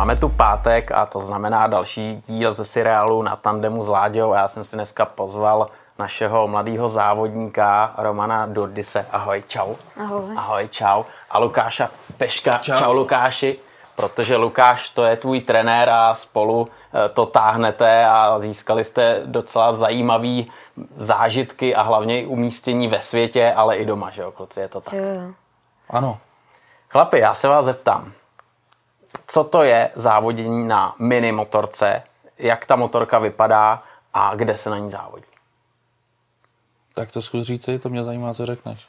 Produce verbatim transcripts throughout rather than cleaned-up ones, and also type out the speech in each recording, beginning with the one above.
Máme tu pátek a to znamená další díl ze seriálu Na tandemu s Láďou. Já jsem si dneska pozval našeho mladého závodníka Romana Durdise. Ahoj, čau. Ahoj. Ahoj, čau. A Lukáša Peška. Čau. Čau, Lukáši. Protože Lukáš, to je tvůj trenér a spolu to táhnete a získali jste docela zajímavý zážitky a hlavně i umístění ve světě, ale i doma, že jo, kluci, je to tak? Jo, jo. Ano. Chlapi, já se vás zeptám, co to je závodění na mini motorce, jak ta motorka vypadá a kde se na ní závodí? Tak to zkus říci, to mě zajímá, co řekneš.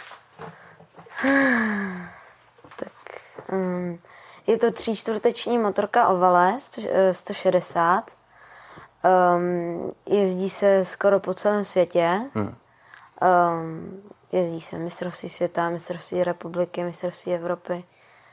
Tak, um, je to tříčtvrteční motorka Ovale sto šedesát. Um, jezdí se skoro po celém světě. Hmm. Um, jezdí se mistrovství světa, mistrovství republiky, mistrovství Evropy.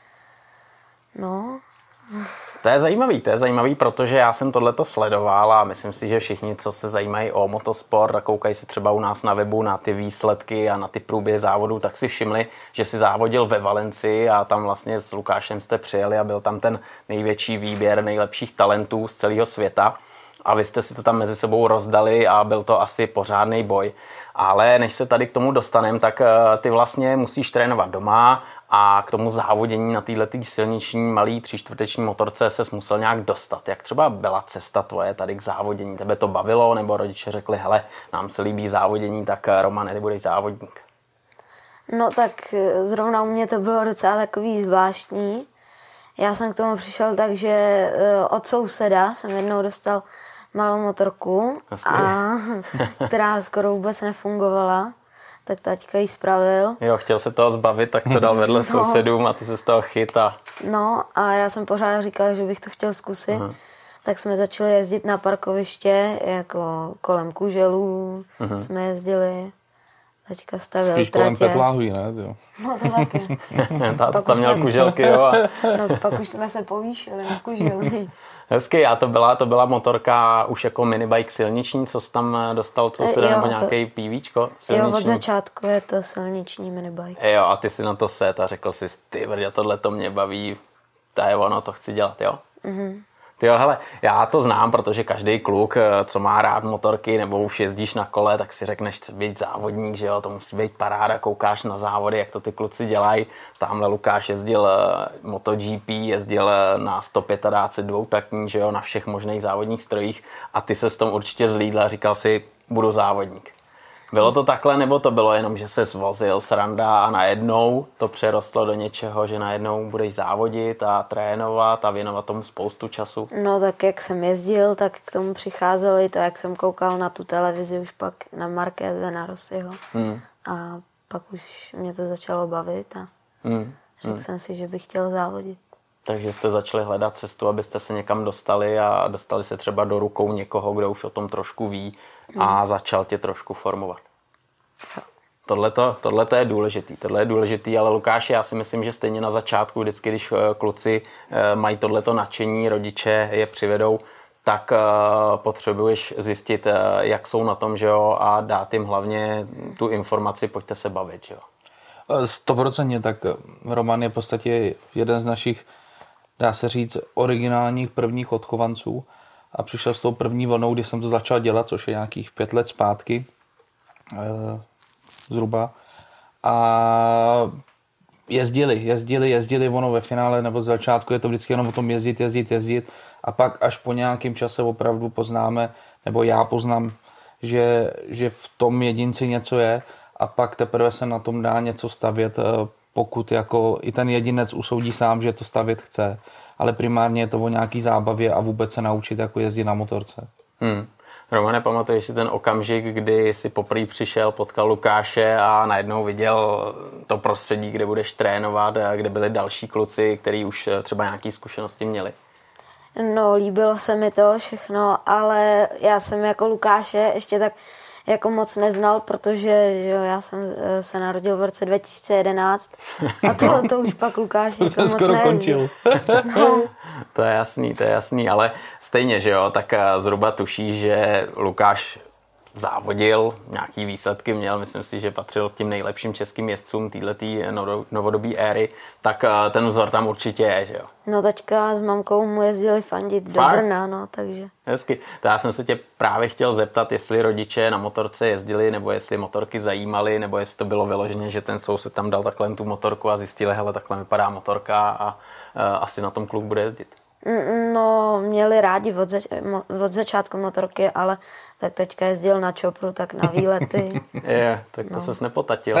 No. To je zajímavý, to je zajímavý, protože já jsem tohleto sledoval a myslím si, že všichni, co se zajímají o motosport a koukají se třeba u nás na webu na ty výsledky a na ty průběhy závodů, tak si všimli, že si závodil ve Valencii a tam vlastně s Lukášem jste přijeli a byl tam ten největší výběr nejlepších talentů z celého světa. A vy jste si to tam mezi sebou rozdali a byl to asi pořádný boj. Ale než se tady k tomu dostaneme, tak ty vlastně musíš trénovat doma a k tomu závodění na této silniční malý tříčtvrteční motorce ses musel nějak dostat. Jak třeba byla cesta tvoje tady k závodění? Tebe to bavilo, nebo rodiče řekli, hele, nám se líbí závodění, tak Romane, ty budeš závodník? No tak zrovna u mě to bylo docela takový zvláštní. Já jsem k tomu přišel tak, že od souseda jsem jednou dostal malou motorku, a, která skoro vůbec nefungovala, tak taťka ji spravil. Jo, chtěl se toho zbavit, tak to dal vedle no. sousedům a ty se z toho chyt a... No a já jsem pořád říkal, že bych to chtěl zkusit, uh-huh. tak jsme začali jezdit na parkoviště, jako kolem Kuželů uh-huh. jsme jezdili. Taťka stavil Spíš tratě. kolem Petláhují, ne? Jo. No to taky. Táta tam měl jsme... kuželky, jo. A... No pak už jsme se povýšili na kužely. Hezky, a to byla, to byla motorka už jako minibike silniční, co jsi tam dostal, co se dá, nebo nějaký to... pívíčko silniční? Jo, od začátku je to silniční minibike. Jo, a ty si na to set a řekl jsi, ty brdě, tohle to mě baví, to je ono, to chci dělat, jo? Mhm. Jo, hele, já to znám, protože každý kluk, co má rád motorky nebo už jezdíš na kole, tak si řekneš, chci být závodník, že jo, to musí být paráda, koukáš na závody, jak to ty kluci dělají. Tamhle Lukáš jezdil MotoGP, jezdil na sto dvacet pět dvoutaktní, že jo, na všech možných závodních strojích a ty se s tom určitě zlídl a říkal si, budu závodník. Bylo to takhle, nebo to bylo jenom, že se zvozil sranda a najednou to přerostlo do něčeho, že najednou budeš závodit a trénovat a věnovat tomu spoustu času? No tak jak jsem jezdil, tak k tomu přicházelo i to, jak jsem koukal na tu televizi už pak na Markéze, na Rossiho. Hmm. A pak už mě to začalo bavit a hmm. řekl hmm. jsem si, že bych chtěl závodit. Takže jste začali hledat cestu, abyste se někam dostali a dostali se třeba do rukou někoho, kdo už o tom trošku ví a hmm. začal tě trošku formovat. Tohle to je důležitý, tohle je důležitý, ale Lukáši, já si myslím, že stejně na začátku, vždycky, když kluci mají tohleto nadšení, rodiče je přivedou, tak potřebuješ zjistit, jak jsou na tom, že jo, a dát jim hlavně tu informaci, pojďte se bavit, že jo. Stoprocentně, tak Roman je v podstatě jeden z našich, dá se říct, originálních prvních odchovanců a přišel s tou první vlnou, kdy jsem to začal dělat, což je nějakých pět let zpátky e, zhruba. A jezdili, jezdili, jezdili, ono ve finále nebo z začátku je to vždycky jenom o tom jezdit, jezdit, jezdit a pak až po nějakém čase opravdu poznáme, nebo já poznám, že, že v tom jedinci něco je a pak teprve se na tom dá něco stavět, pokud jako i ten jedinec usoudí sám, že to stavět chce. Ale primárně je to o nějaký zábavě a vůbec se naučit jako jezdit na motorce. Hmm. Romane, pamatuješ si ten okamžik, kdy jsi poprvé přišel, potkal Lukáše a najednou viděl to prostředí, kde budeš trénovat, kde byli další kluci, kteří už třeba nějaké zkušenosti měli? No, líbilo se mi to všechno, ale já jsem jako Lukáše ještě tak jako moc neznal, protože jo, já jsem se narodil v roce dva tisíce jedenáct a to, to už pak Lukáš to jako jsem moc skoro nejezdil. končil. No. To je jasný, to je jasný, ale stejně, že jo, tak zhruba tuší, že Lukáš závodil, nějaký výsledky měl, myslím si, že patřil k těm nejlepším českým jezdcům této novodobé éry, tak ten vzor tam určitě je, že jo? No teďka s mamkou mu jezdili fandit do Fakt? Brna, no, takže. Hezky. To já jsem se tě právě chtěl zeptat, jestli rodiče na motorce jezdili, nebo jestli motorky zajímaly, nebo jestli to bylo vyloženě, že ten soused tam dal takhle tu motorku a zjistili, hele, takhle vypadá motorka a, a asi na tom kluk bude jezdit. No, měli rádi od, zač- od začátku motorky, ale tak teďka jezdil na čopru, tak na výlety. Je, tak to no. ses nepotatil.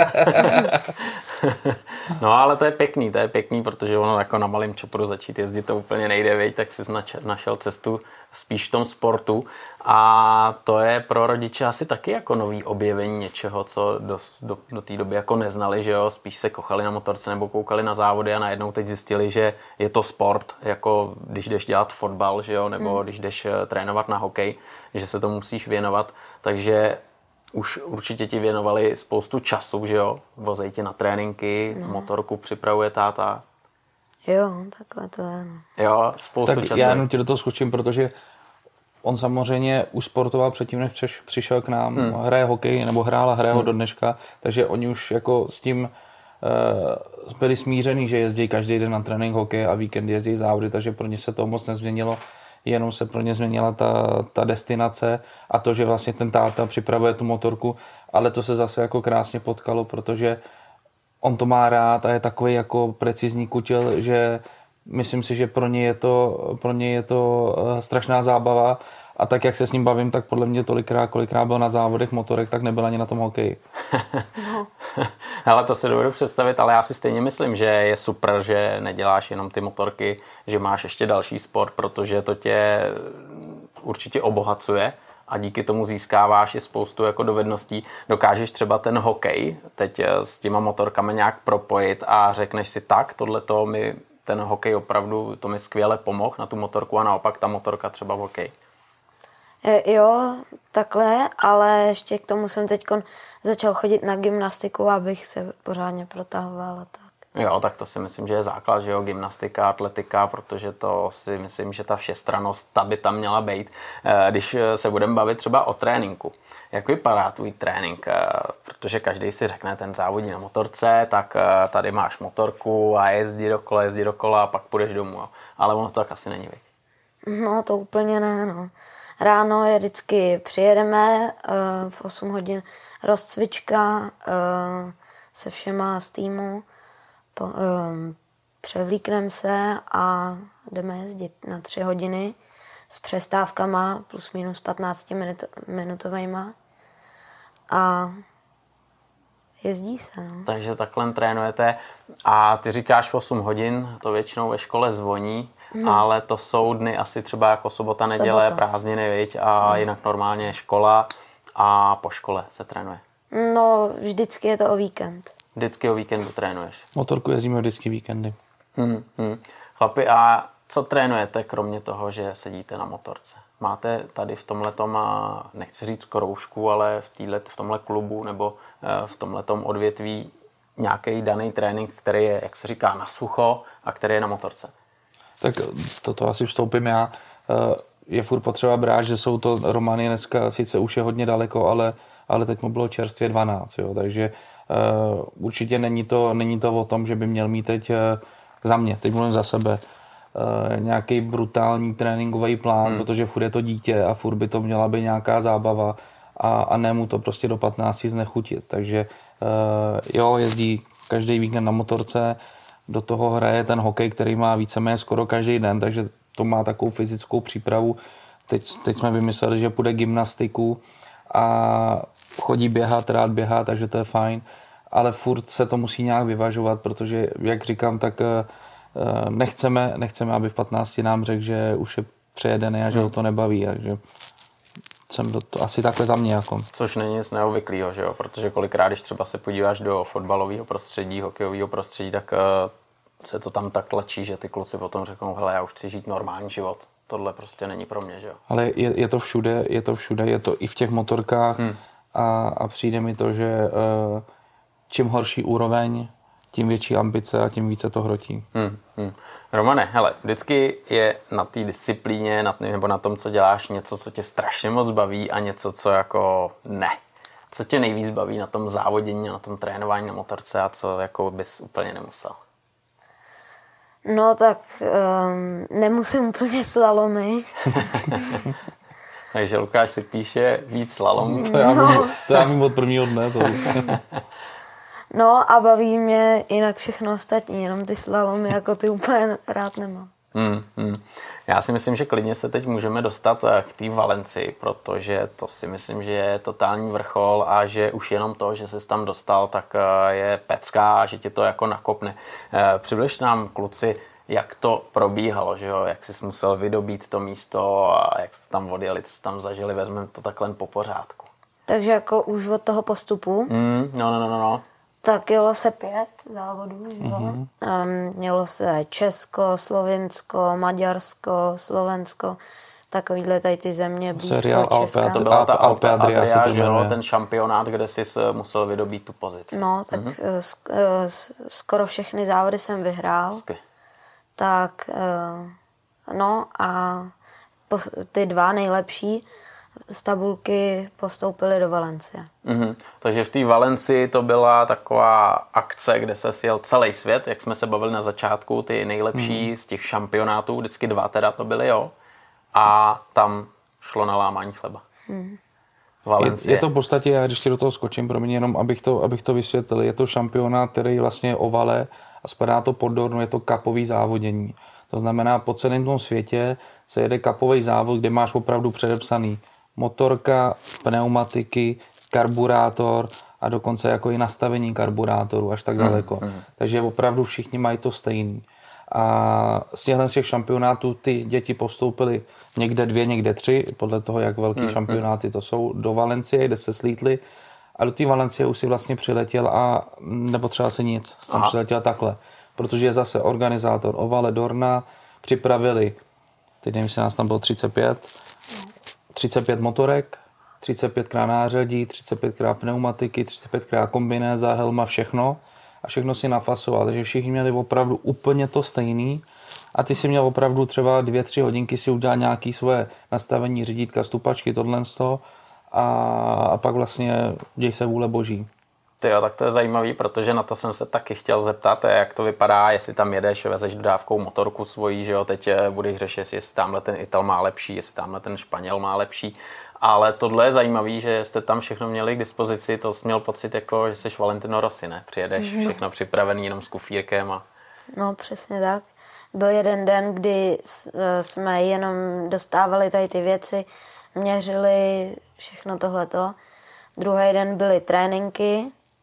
No, ale to je pěkný, to je pěkný, protože ono jako na malém čopru začít jezdit to úplně nejde, veď, tak si našel cestu spíš v tom sportu a to je pro rodiče asi taky jako nový objevení něčeho, co do, do, do té doby jako neznali, že jo, spíš se kochali na motorce nebo koukali na závody a najednou teď zjistili, že je to sport, jako když jdeš dělat fotbal, že jo, nebo hmm. když jdeš trénovat na hokej, že se to musíš věnovat, takže už určitě ti věnovali spoustu času, že jo, vozej tě na tréninky, no. Motorku připravuje táta. Jo, takhle to je. Jo, spoustu tak času. Já jenom ti do toho skočím, protože on samozřejmě už sportoval předtím, než přeš, přišel k nám, hmm. hraje hokej, nebo hrál a hraje ho hmm. do dneška, takže oni už jako s tím uh, byli smířený, že jezdí každý den na trénink hokej a víkend jezdí závody, takže pro ně se to moc nezměnilo, jenom se pro ně změnila ta, ta destinace a to, že vlastně ten táta připravuje tu motorku, ale to se zase jako krásně potkalo, protože on to má rád a je takový jako precizní kutil, že myslím si, že pro ně je to, pro ně je to strašná zábava a tak, jak se s ním bavím, tak podle mě tolikrát, kolikrát byl na závodech motorek, tak nebyl ani na tom hokeji. No. Hele, to se dovedu představit, ale já si stejně myslím, že je super, že neděláš jenom ty motorky, že máš ještě další sport, protože to tě určitě obohacuje a díky tomu získáváš i spoustu jako dovedností. Dokážeš třeba ten hokej teď s těma motorkami nějak propojit a řekneš si tak, tohleto mi ten hokej opravdu, to mi skvěle pomohl na tu motorku a naopak ta motorka třeba v hokeji. Jo, takhle, ale ještě k tomu jsem teď začal chodit na gymnastiku, abych se pořádně protahoval a tak. Jo, tak to si myslím, že je základ, že jo, gymnastika, atletika, protože to si myslím, že ta všestrannost, ta by tam měla být. Když se budeme bavit třeba o tréninku, jak vypadá tvůj trénink? Protože každý si řekne, ten závodí na motorce, tak tady máš motorku a jezdí dokola, jezdí dokola a pak půjdeš domů. Jo. Ale ono to tak asi není, viď? No, to úplně ne, no. Ráno je vždycky přijedeme, v osm hodin rozcvička se všema z týmu, převlíkneme se a jdeme jezdit na tři hodiny s přestávkama plus minus patnáct minut, minutovejma a jezdí se. No. Takže takhle trénujete a ty říkáš v osm hodin, to většinou ve škole zvoní, hmm. ale to jsou dny asi třeba jako sobota, neděle, sobota. Prázdniny, viď? A hmm. jinak normálně škola a po škole se trénuje. No, vždycky je to o víkend. Vždycky o víkendu trénuješ. Motorku jezdíme vždycky víkendy. Hmm, hmm. Chlapi, a co trénujete, kromě toho, že sedíte na motorce? Máte tady v tomhletom, nechci říct koroušku, ale v, týhle, v tomhle klubu nebo v tomhletom odvětví nějaký daný trénink, který je, jak se říká, na sucho a který je na motorce? Tak toto asi vstoupím já. Je furt potřeba brát, že jsou to Romany dneska, sice už je hodně daleko, ale, ale teď mu bylo čerstvě dvanáct, jo, takže uh, určitě není to, není to o tom, že by měl mít teď uh, za mě, teď mluvím za sebe, uh, nějaký brutální tréninkový plán, hmm. protože furt je to dítě a furt by to měla být nějaká zábava a, a ne mu to prostě do patnácti znechutit, takže uh, jo, jezdí každý víkend na motorce, do toho hraje ten hokej, který má víceméně skoro každý den, takže to má takovou fyzickou přípravu. Teď, teď jsme vymysleli, že půjde gymnastiku a chodí běhat, rád běhá, takže to je fajn, ale furt se to musí nějak vyvažovat, protože, jak říkám, tak nechceme, nechceme aby v patnácti nám řekl, že už je přejedený a že ho to nebaví, takže jsem to, to asi takhle za mě. Jako. Což není nic neobvyklého, že jo? Protože kolikrát, když třeba se podíváš do fotbalového prostředí, hokejového prostředí, tak uh, se to tam tak tlačí, že ty kluci potom řeknou, hele, já už chci žít normální život. Tohle prostě není pro mě, že jo? Ale je, je to všude, je to všude, je to i v těch motorkách hmm. a, a přijde mi to, že uh, čím horší úroveň, tím větší ambice a tím více to hrotí. Hmm, hmm. Romane, hele, vždycky je na té disciplíně na, nebo na tom, co děláš, něco, co tě strašně moc baví a něco, co jako ne. Co tě nejvíc baví na tom závodění, na tom trénování na motorce a co jako bys úplně nemusel? No tak um, nemusím úplně slalomy. Takže Lukáš si píše víc slalomů. To já No. vím, to já vím od prvního dne. To. No a baví mě jinak všechno ostatní, jenom ty slalomy, jako ty úplně rád nemám. Hmm, hmm. Já si myslím, že klidně se teď můžeme dostat k té Valencii, protože to si myslím, že je totální vrchol a že už jenom to, že ses tam dostal, tak je pecká, že tě to jako nakopne. Přibliž nám, kluci, jak to probíhalo, že jo? Jak jsi musel vydobít to místo a jak jste tam odjeli, co jste tam zažili, vezmeme to takhle po pořádku. Takže jako už od toho postupu, Hmm, no, no, no, no, no. tak jelo se pět závodů. Mm-hmm. Um, mělo se Česko, Slovinsko, Maďarsko, Slovensko, takovýhle tady ty země blízko Seriál Česka. Alpe, To byla ta Alpe Alpe Adria, se Adria, to že jo, jmenuje. ten šampionát, kde jsi musel vydobít tu pozici. No, tak mm-hmm. sk- eh, s- skoro všechny závody jsem vyhrál. Hezky. Tak eh, no a pos- ty dva nejlepší z tabulky postoupily do Valencie. Mhm. Takže v té Valencii to byla taková akce, kde se sjel celý svět, jak jsme se bavili na začátku, ty nejlepší Mhm. z těch šampionátů, vždycky dva teda to byly, jo. A tam šlo na lámání chleba. Mhm. Valencie. Je, je to v podstatě, já když ti do toho skočím, pro mě jenom, abych to, abych to vysvětlil, je to šampionát, který vlastně je o vale a spadá to pod Dornu, je to kapový závodění. To znamená, po celém tom světě se jede kapový závod, kde máš opravdu předepsaný motorka, pneumatiky, karburátor a dokonce jako i nastavení karburátoru až tak daleko. Mm, mm. Takže opravdu všichni mají to stejný. A z těchto z těch šampionátů ty děti postoupily někde dvě, někde tři, podle toho, jak velký mm, šampionáty to jsou, do Valencie, kde se slítly. A do té Valencie už si vlastně přiletěl a nepotřeboval se nic. Jsem přiletěl takhle. Protože je zase organizátor Ovale Dorna, připravili, teď nevím, jestli nás tam bylo třicet pět, třicet pět motorek, třicet pět krát nářadí, třicet pět krát pneumatiky, třicet pět krát kombinéza, helma, všechno. A všechno si nafasoval, takže všichni měli opravdu úplně to stejný. A ty si měl opravdu třeba dvě, tři hodinky si udělat nějaké svoje nastavení řídítka, stupačky, tohle z toho. A, a pak vlastně děj se vůle boží. Tyjo, tak to je zajímavý, protože na to jsem se taky chtěl zeptat, jak to vypadá, jestli tam jedeš, vezeš dodávkou motorku svojí, že jo, teď budeš řešit, jestli tamhle ten Ital má lepší, jestli tamhle ten Španěl má lepší, ale tohle je zajímavý, že jste tam všechno měli k dispozici, to jsi měl pocit, jako, že jsi Valentino Rossi, ne? Přijedeš všechno připravený jenom s kufírkem a... No, přesně tak. Byl jeden den, kdy jsme jenom dostávali tady ty věci, měřili všechno tohleto. Druhý den byly tréninky,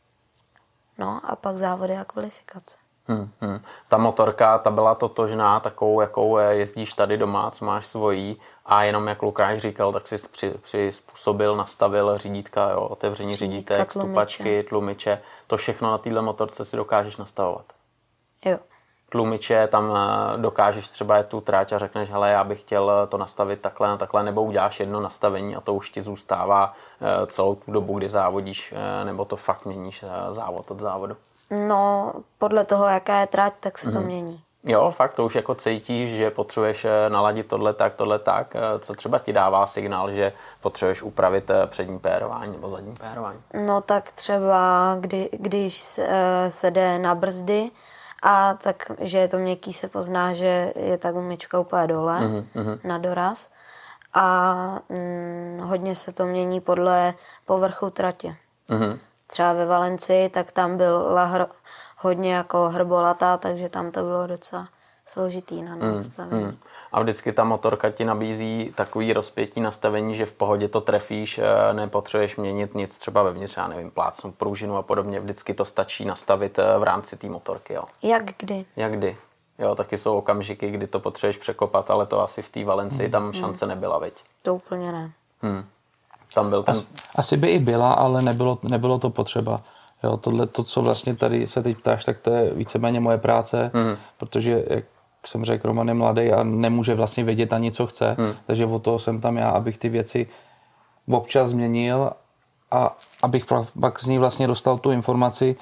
no a pak závody a kvalifikace. Hmm, hmm. Ta motorka, ta byla totožná, takovou, jakou jezdíš tady doma, co máš svojí, a jenom jak Lukáš říkal, tak si při, přizpůsobil, nastavil řídítka, jo, otevření Řídítka, řídítek, tlumiče. stupačky, tlumiče, to všechno na téhle motorce si dokážeš nastavovat. Jo. Tlumiče, tam dokážeš třeba jet tu tráť a řekneš, hele, já bych chtěl to nastavit takhle a takhle, nebo uděláš jedno nastavení a to už ti zůstává celou tu dobu, kdy závodíš, nebo to fakt měníš závod od závodu. No, podle toho, jaká je trať, tak se to Mhm. mění. Jo, fakt, to už jako cítíš, že potřebuješ naladit tohle tak, tohle tak, co třeba ti dává signál, že potřebuješ upravit přední pérování nebo zadní pérování. No tak třeba, kdy, když se, se jde na brzdy, a tak, že je to měkký, se pozná, že je ta gumička úplně dole mm-hmm. na doraz. A mm, hodně se to mění podle povrchu tratě. Mm-hmm. Třeba ve Valencii, tak tam byla hro, hodně jako hrbolatá, takže tam to bylo docela složitý na nastavení. Mm, mm. A vždycky ta motorka ti nabízí takový rozpětí nastavení, že v pohodě to trefíš, nepotřebuješ měnit nic třeba vevnitř, já nevím, plácnu, pružinu a podobně, vždycky to stačí nastavit v rámci té motorky, jo. Jak kdy? Jak kdy. Jo, taky jsou okamžiky, kdy to potřebuješ překopat, ale to asi v té Valencii tam šance nebyla, veď. To úplně ne. Hmm. Tam byl ten... Asi, asi by i byla, ale nebylo, nebylo to potřeba. Jo, tohle, to, co vlastně tady se teď ptáš, tak to je víceméně moje práce, hmm. protože, jak jsem řekl, Roman je mladý a nemůže vlastně vědět ani, co chce, hmm. takže od toho jsem tam já, abych ty věci občas změnil a abych pak z ní vlastně dostal tu informaci,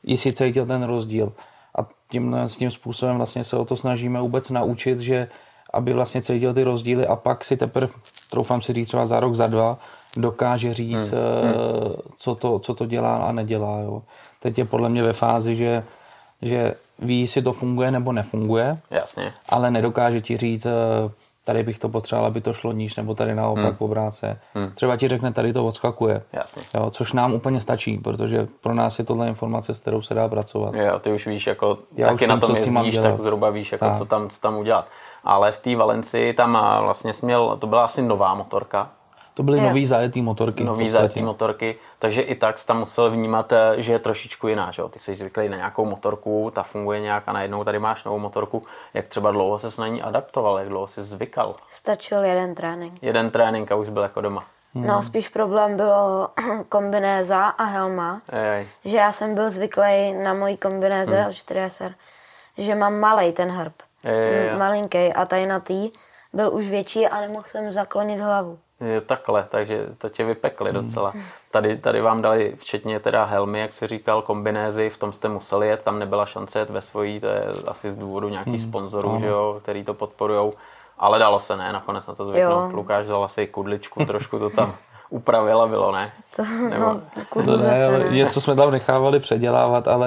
jestli cítil ten rozdíl. A tím, s tím způsobem vlastně se o to snažíme vůbec naučit, že aby vlastně cítil ty rozdíly a pak si teprve, troufám si říct třeba za rok, za dva, dokáže říct, hmm. Hmm. Co, to, co to dělá a nedělá. Jo. Teď je podle mě ve fázi, že, že ví, jestli to funguje nebo nefunguje, Jasně. ale nedokáže ti říct, tady bych to potřeboval, aby to šlo níž, nebo tady naopak hmm. po bráce. Hmm. Třeba ti řekne, tady to odskakuje. Jasně. Jo, což nám úplně stačí, protože pro nás je tohle informace, s kterou se dá pracovat. Jo, ty už víš, jako Já taky už na vím, tom co s tím jezdíš, tak zhruba víš, jako, tak. Co, tam, co tam udělat. Ale v té Valencii tam vlastně směl, to byla asi nová motorka. To byly je. nový zajetý motorky. Nový zajetý motorky, takže i tak jsi tam musel vnímat, že je trošičku jiná. Že? Ty jsi zvyklý na nějakou motorku, ta funguje nějak a najednou tady máš novou motorku. Jak třeba dlouho ses na ní adaptoval, jak dlouho jsi zvykal? Stačil jeden trénink. Jeden trénink a už byl jako doma. Hmm. No spíš problém bylo kombinéza a helma. Ej. Že já jsem byl zvyklý na mojí kombinéze hmm. od čtyři S R, že mám malej ten hrb. Ej, malinký a tady na tý byl už větší a nemohl jsem zaklonit hlavu. Je takhle, takže to tě vypekli docela. Tady, tady vám dali včetně teda helmy, jak jsi říkal, kombinézy, v tom jste museli jet, tam nebyla šance jet ve svojí, to je asi z důvodu nějakých hmm. sponzorů, že jo, který to podporujou, ale dalo se, ne, nakonec na to zvyknout. Lukáš vzal asi kudličku, trošku to tam upravila, bylo, ne? To, Nebo... no, no ne, ne. Něco jsme tam nechávali předělávat, ale,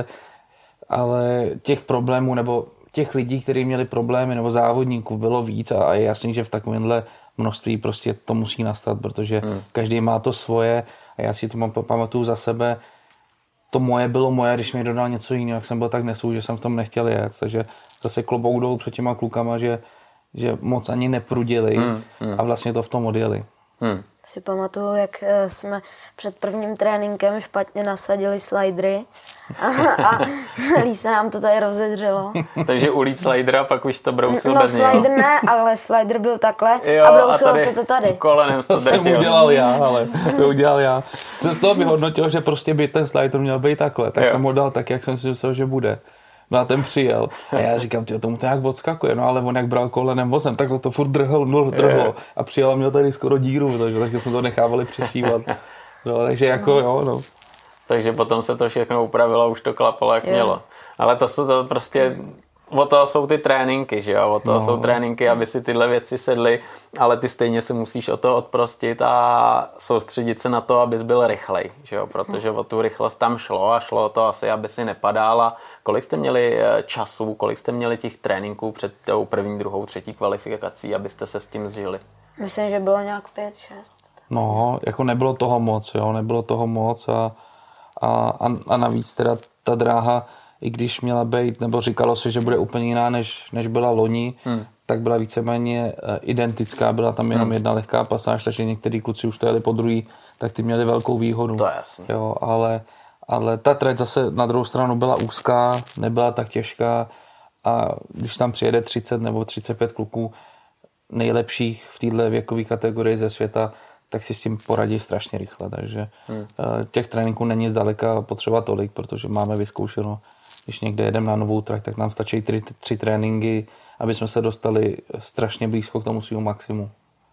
ale těch problémů, nebo těch lidí, kteří měli problémy, nebo závodníků bylo víc a, a je jasný, že v takovémhle množství prostě to musí nastat, protože hmm. každý má to svoje a já si to mám, pamatuju za sebe. To moje bylo moje, když mi dodal něco jiného, jak jsem byl tak nesou, že jsem v tom nechtěl jet. Takže zase klobouk dolů před těma klukama, že, že moc ani neprudili hmm. Hmm. a vlastně to v tom odjeli. Hmm. Si pamatuju, jak jsme před prvním tréninkem špatně nasadili slidery a, a celý se nám to tady rozedřelo. Takže ulít slidera, pak už to brousil no, bez něj. No slider ne, ale slider byl takhle jo, a brousilo a se to tady. Kolenem to jsem udělal já, ale to udělal já. Jsem z toho vyhodnotil, že prostě by ten slider měl být takhle, tak jo. jsem ho dal tak, jak jsem si myslel, že bude. No a ten přijel. A já říkám, tyjo, tomu to nějak odskakuje, no ale on jak bral kolenem vozem, tak ho to furt drhlo, drhlo. A přijel a měl tady skoro díru, takže, takže jsme to nechávali přešívat. No, takže jako no. jo, no. Takže potom se to všechno upravilo a už to klapalo, jak je. mělo. Ale to jsou to prostě... O toho jsou ty tréninky, že jo? O toho no. jsou tréninky, aby si tyhle věci sedly, ale ty stejně se musíš o to odprostit a soustředit se na to, abys byl rychlej, že jo? Protože o tu rychlost tam šlo a šlo to asi, aby si nepadal. A kolik jste měli času, kolik jste měli těch tréninků před tou první, druhou, třetí kvalifikací, abyste se s tím zžili? Myslím, že bylo nějak pět, šest. No, jako nebylo toho moc, jo? Nebylo toho moc a, a, a navíc teda ta dráha, i když měla být, nebo říkalo se, že bude úplně jiná, než, než byla loni, hmm. tak byla víceméně identická, byla tam jenom hmm. jedna lehká pasáž, takže některý kluci už to jeli po druhý, tak ty měli velkou výhodu. To je jasný. Jo, ale, ale ta trať zase na druhou stranu byla úzká, nebyla tak těžká a když tam přijede třicet nebo třicet pět kluků nejlepších v této věkové kategorii ze světa, tak si s tím poradí strašně rychle, takže hmm. těch tréninků není zdaleka potřeba tolik, protože máme vyzkoušeno. Když někde jedeme na novou trať, tak nám stačí tři, tři tréninky, aby jsme se dostali strašně blízko k tomu svýmu maximu.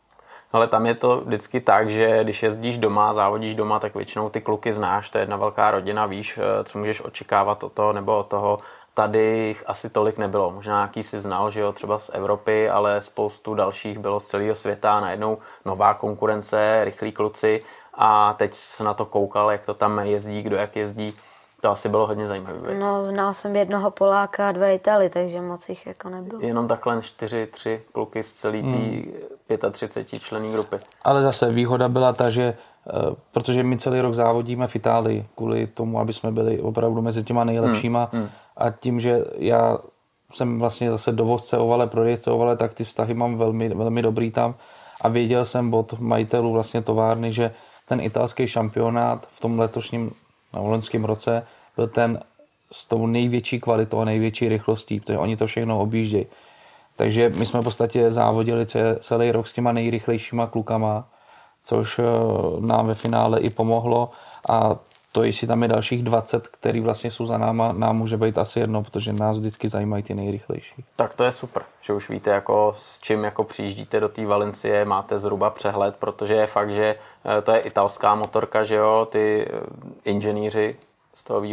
Ale tam je to vždycky tak, že když jezdíš doma, závodíš doma, tak většinou ty kluky znáš, to je jedna velká rodina, víš, co můžeš očekávat od toho nebo od toho. Tady jich asi tolik nebylo. Možná nějaký si znal, že jo, třeba z Evropy, ale spoustu dalších bylo z celého světa. Najednou nová konkurence, rychlí kluci a teď se na to koukal, jak to tam jezdí, kdo jak jezdí. To asi bylo hodně zajímavé. No, znal jsem jednoho Poláka a dva Italy, takže moc jich jako nebylo. Jenom takhle čtyři, tři kluky z celé té hmm. třicet pět členné grupy. Ale zase výhoda byla ta, že protože my celý rok závodíme v Itálii kvůli tomu, aby jsme byli opravdu mezi těma nejlepšíma hmm. Hmm. a tím, že já jsem vlastně zase dovozce ovale, prodejce ovale, tak ty vztahy mám velmi, velmi dobrý tam a věděl jsem od majitelů vlastně továrny, že ten italský šampionát v tom letošním v loňském roce byl ten s tou největší kvalitou a největší rychlostí, protože oni to všechno objíždějí. Takže my jsme v podstatě závodili celý rok s těma nejrychlejšíma klukama, což nám ve finále i pomohlo a to, jestli tam je dalších dvacet, který vlastně jsou za náma, nám může být asi jedno, protože nás vždycky zajímají ty nejrychlejší. Tak to je super, že už víte, jako s čím jako přijíždíte do té Valencie, máte zhruba přehled, protože je fakt, že to je italská motorka, že jo, ty inženýři z toho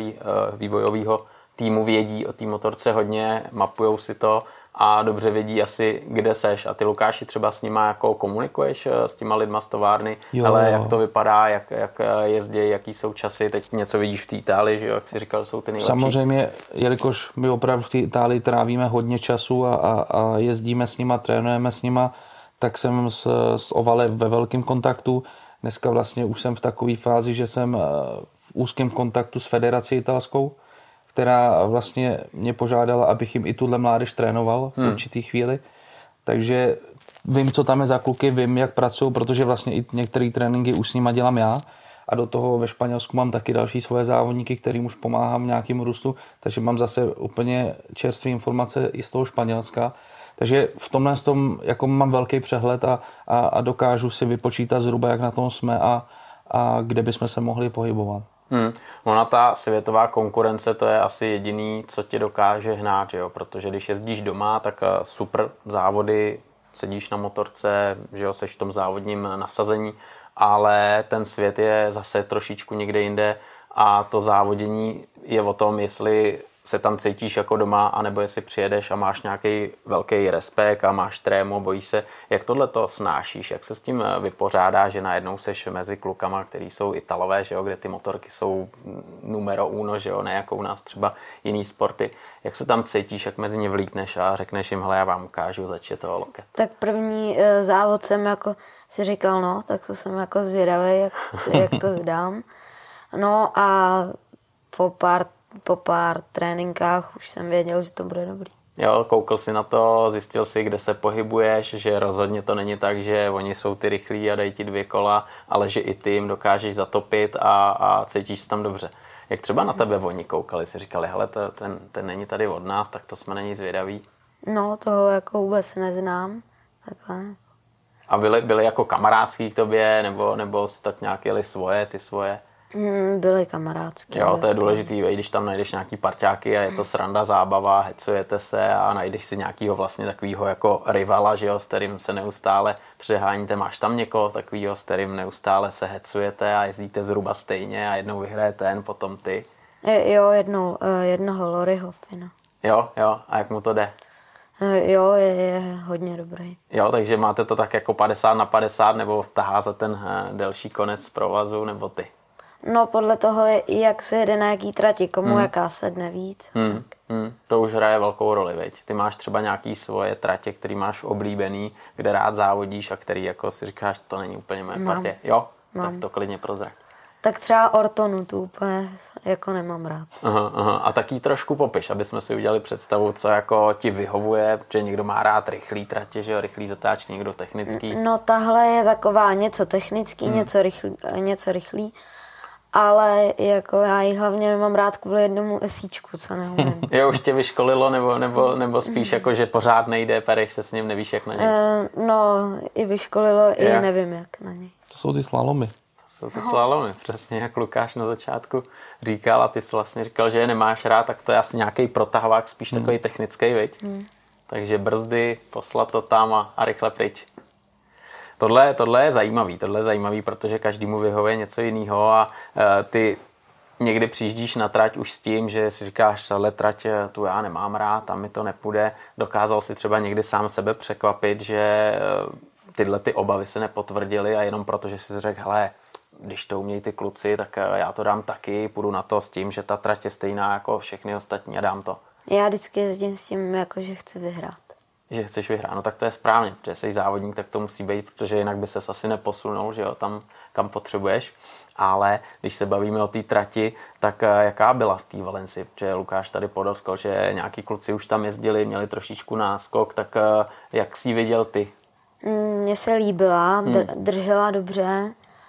vývojového týmu vědí o té motorce hodně, mapujou si to a dobře vědí asi, kde seš. A ty, Lukáši, třeba s nima jako komunikuješ s těma lidma z továrny, jo, ale jak to vypadá, jak, jak jezdí, jaký jsou časy, teď něco vidíš v té Itálii, že jo, jak jsi říkal, jsou ty nejlepší. Samozřejmě, jelikož my opravdu v té Itálii trávíme hodně času a, a, a jezdíme s nima, trénujeme s nima, tak jsem s, s Ovale ve velkém kontaktu. Dneska vlastně už jsem v takové fázi, že jsem v úzkém kontaktu s federací italskou, která vlastně mě požádala, abych jim i tuhle mládež trénoval v hmm. určitý chvíli. Takže vím, co tam je za kluky, vím, jak pracují, protože vlastně i některé tréninky už s nima dělám já. A do toho ve Španělsku mám taky další svoje závodníky, kterým už pomáhám v nějakým růstu. Takže mám zase úplně čerstvé informace i z toho Španělska. Takže v tomhle tom jako mám velký přehled a, a, a dokážu si vypočítat zhruba, jak na tom jsme a, a kde bychom se mohli pohybovat. Hmm. Ona ta světová konkurence, to je asi jediný, co tě dokáže hnát, že jo? Protože když jezdíš doma, tak super závody, sedíš na motorce, že jo, seš v tom závodním nasazení, ale ten svět je zase trošičku někde jinde a to závodění je o tom, jestli se tam cítíš jako doma, anebo jestli přijedeš a máš nějaký velký respekt a máš trému, bojíš se, jak tohle to snášíš, jak se s tím vypořádá, že najednou seš mezi klukama, který jsou Italové, že jo, kde ty motorky jsou numero uno, že jo, ne jako u nás třeba jiný sporty. Jak se tam cítíš, jak mezi ně vlítneš a řekneš jim, hele, já vám ukážu, začít toho loket. Tak první e, závod jsem jako si říkal, no, tak to jsem jako zvědavý, jak, jak to zdám. No a po pár Po pár tréninkách už jsem věděl, že to bude dobrý. Jo, koukal si na to, zjistil si, kde se pohybuješ, že rozhodně to není tak, že oni jsou ty rychlí a dají ti dvě kola, ale že i ty jim dokážeš zatopit a, a cítíš se tam dobře. Jak třeba na tebe oni koukali, si říkali, hele, to, ten, ten není tady od nás, tak to jsme není zvědaví. No, toho jako vůbec neznám. Takhle. A byli, byli jako kamarádský k tobě, nebo, nebo tak nějak jeli svoje, ty svoje? Mm, byli kamarádský. Jo, to je důležitý, když tam najdeš nějaký parťáky a je to sranda, zábava, hecujete se a najdeš si nějakýho vlastně takovýho jako rivala, že jo, s kterým se neustále přeháníte. Máš tam někoho takovýho, s kterým neustále se hecujete a jezdíte zhruba stejně a jednou vyhraje ten, potom ty. Je, jo, jednou, jednoho Loryho Fina. Jo, jo, a jak mu to jde? Jo, je, je hodně dobrý. Jo, takže máte to tak jako padesát na padesát, nebo tahá za ten delší konec provazu, nebo ty? No podle toho, jak se jede na jaký trati, komu hmm. jaká sedne víc. Hmm. Hmm. To už hraje velkou roli, veď? Ty máš třeba nějaký svoje tratě, který máš oblíbený, kde rád závodíš a který jako si říkáš, to není úplně moje partie. Jo? Mám. Tak to klidně prozrať. Tak třeba Ortonu tu úplně jako nemám rád. Aha, aha. A taky trošku popiš, aby jsme si udělali představu, co jako ti vyhovuje, protože někdo má rád rychlý tratě, že jo, rychlý zatáčky, někdo technický. No tahle je taková něco technický, hmm. něco, rychlý, něco rychlý. Ale jako já ji hlavně nemám rád kvůli jednomu esíčku, co neumím. Jo, už tě vyškolilo, nebo, nebo, nebo spíš jako, že pořád nejde, pereš se s ním, nevíš jak na něj? Uh, no, i vyškolilo, je. I nevím jak na něj. To jsou ty slalomy. To jsou ty slalomy, přesně jak Lukáš na začátku říkal a ty jsi vlastně říkal, že je nemáš rád, tak to je asi nějaký protahovák, spíš hmm. takový technický, viď? Hmm. Takže brzdy, poslat to tam a, a rychle pryč. Tohle, tohle je zajímavý, tohle je zajímavý, protože každému vyhovuje něco jiného a e, ty někdy přijíždíš na trať už s tím, že si říkáš, tahle trať tu já nemám rád, tam mi to nepůjde. Dokázal si třeba někdy sám sebe překvapit, že e, tyhle ty obavy se nepotvrdily a jenom proto, že jsi řekl, hele, když to umějí ty kluci, tak já to dám taky, půjdu na to s tím, že ta trať je stejná jako všechny ostatní a dám to. Já vždycky jezdím s tím, jako, že chci vyhrát. Že chceš vyhrát, no tak to je správně, protože jsi závodník, tak to musí být, protože jinak by ses asi neposunul, že jo, tam, kam potřebuješ. Ale když se bavíme o té trati, tak jaká byla v té Valencii? Protože Lukáš tady podotkl, že nějaký kluci už tam jezdili, měli trošičku náskok, tak jak jsi ji viděl ty? Mně se líbila, dr- držela dobře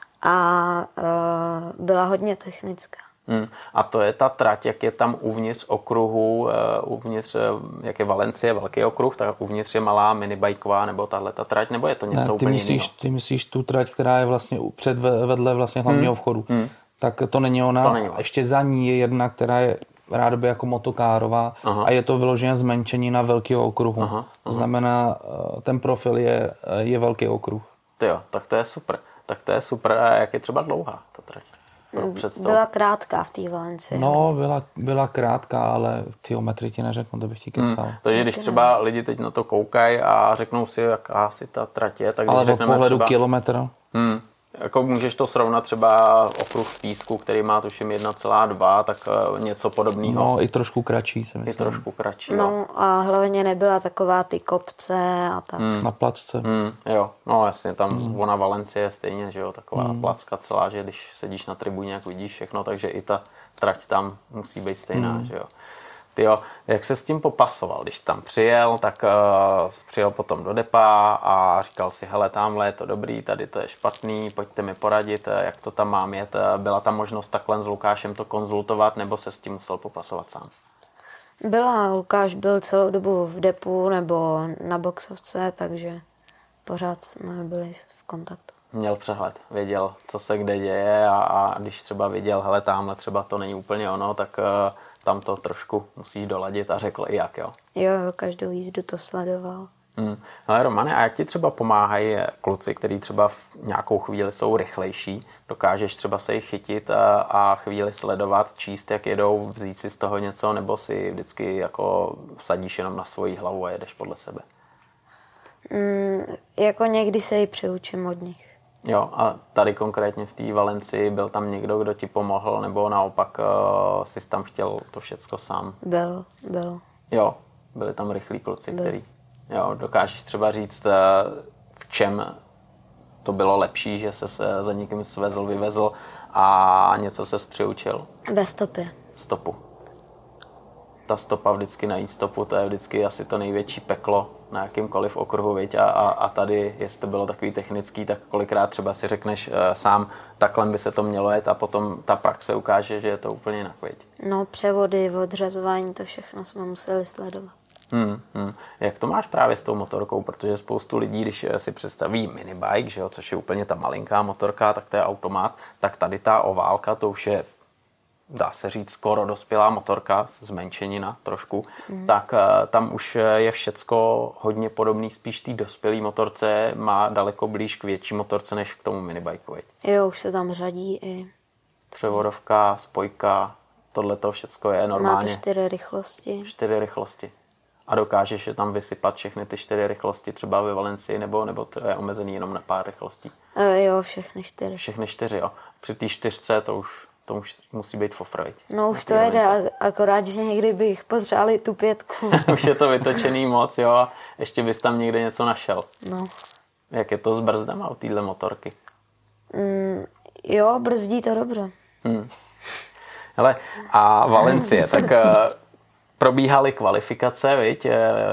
a uh, byla hodně technická. Hmm. A to je ta trať, jak je tam uvnitř okruhu, uh, uvnitř, jak je Valencie, velký okruh, tak uvnitř je malá minibajková, nebo tahle ta trať, nebo je to něco ne, ty úplně myslíš, jiného? Ty myslíš tu trať, která je vlastně před vedle vlastně hlavního hmm. vchodu. Hmm. Tak to není ona. To není. Ještě za ní je jedna, která je rádoby jako motokárová. Aha. A je to vyloženě zmenšení na velkého okruhu. Aha, aha. To znamená, ten profil je, je velký okruh. Ty jo, tak to je super. Tak to je super. A jak je třeba dlouhá ta trať? pro představu. Byla krátká v té Valencii. No, byla, byla krátká, ale ty metry ti neřeknu, to bych ti kecal. Hmm. Takže když třeba lidi teď na to koukají a řeknou si, jaká si ta trať je, tak když ale od pohledu třeba, kilometr. Hmm, jako můžeš to srovnat třeba okruh v písku, který má tuším jedna celá dva, tak něco podobného. No, i trošku kratší, si myslím. I trošku kratší, No jo. a hlavně nebyla taková ty kopce a tak. Hmm. Na placce. Hmm, jo, no jasně, tam hmm. ona Valencie je stejně, že jo, taková hmm. placka celá, že když sedíš na tribuně, jak vidíš všechno, takže i ta trať tam musí být stejná, hmm. že jo. Tyjo, jak se s tím popasoval? Když tam přijel, tak uh, přijel potom do depa a říkal si, hele, tamhle je to dobrý, tady to je špatný, pojďte mi poradit, jak to tam mám jet. Byla tam možnost takhle s Lukášem to konzultovat, nebo se s tím musel popasovat sám? Byla, Lukáš byl celou dobu v depu nebo na boxovce, takže pořád jsme byli v kontaktu. Měl přehled, věděl, co se kde děje a, a když třeba viděl, hele, tamhle třeba to není úplně ono, tak uh, tam to trošku musíš doladit a řekl i jak, jo? Jo, jo, každou jízdu to sledoval. Hmm. Ale Romane, a jak ti třeba pomáhají kluci, kteří třeba v nějakou chvíli jsou rychlejší, dokážeš třeba se jich chytit a, a chvíli sledovat, číst, jak jedou, vzít si z toho něco, nebo si vždycky jako vsadíš jenom na svoji hlavu a jedeš podle sebe? Mm, jako někdy se ji přeučím od nich. Jo, a tady konkrétně v té Valencii byl tam někdo, kdo ti pomohl, nebo naopak uh, jsi tam chtěl to všecko sám? Byl, byl. Jo, byli tam rychlí kluci, byl. který... Jo, dokážeš třeba říct, uh, v čem to bylo lepší, že se za někým svezl, vyvezl a něco ses přiučil? Ve stopě. Stopu. Ta stopa vždycky najít stopu, to je vždycky asi to největší peklo na jakýmkoliv okruhu, viď? A, a, a tady, jestli to bylo takový technický, tak kolikrát třeba si řekneš uh, sám, takhle by se to mělo jet a potom ta praxe ukáže, že je to úplně jinak, viď? No, převody, odřazování, to všechno jsme museli sledovat. Hmm, hmm. Jak to máš právě s tou motorkou? Protože spoustu lidí, když si představí minibike, že jo, což je úplně ta malinká motorka, tak to je automat, tak tady ta oválka, to už je, dá se říct, skoro dospělá motorka, zmenšenina trošku, mm. tak uh, tam už je všecko hodně podobný, spíš té dospělé motorce, má daleko blíž k větší motorce, než k tomu minibajku. Jo, už se tam řadí i... Převodovka, spojka, tohle to všecko je normálně. Má to čtyři rychlosti. Čtyři rychlosti. A dokážeš je tam vysypat všechny ty čtyři rychlosti třeba ve Valencii, nebo, nebo to je omezený jenom na pár rychlostí? E, jo, všechny čtyři. Všechny čtyři, jo. Při té čtyřce to už, to už musí být fofr, viď? No už to jede, akorát, že někdy bych potřebovali tu pětku. Už je to vytočený moc, jo, a ještě bys tam někde něco našel. No. Jak je to s brzdama u téhle motorky? Mm, jo, brzdí to dobře. Hmm. Hele, a Valencie, tak probíhaly kvalifikace, viď?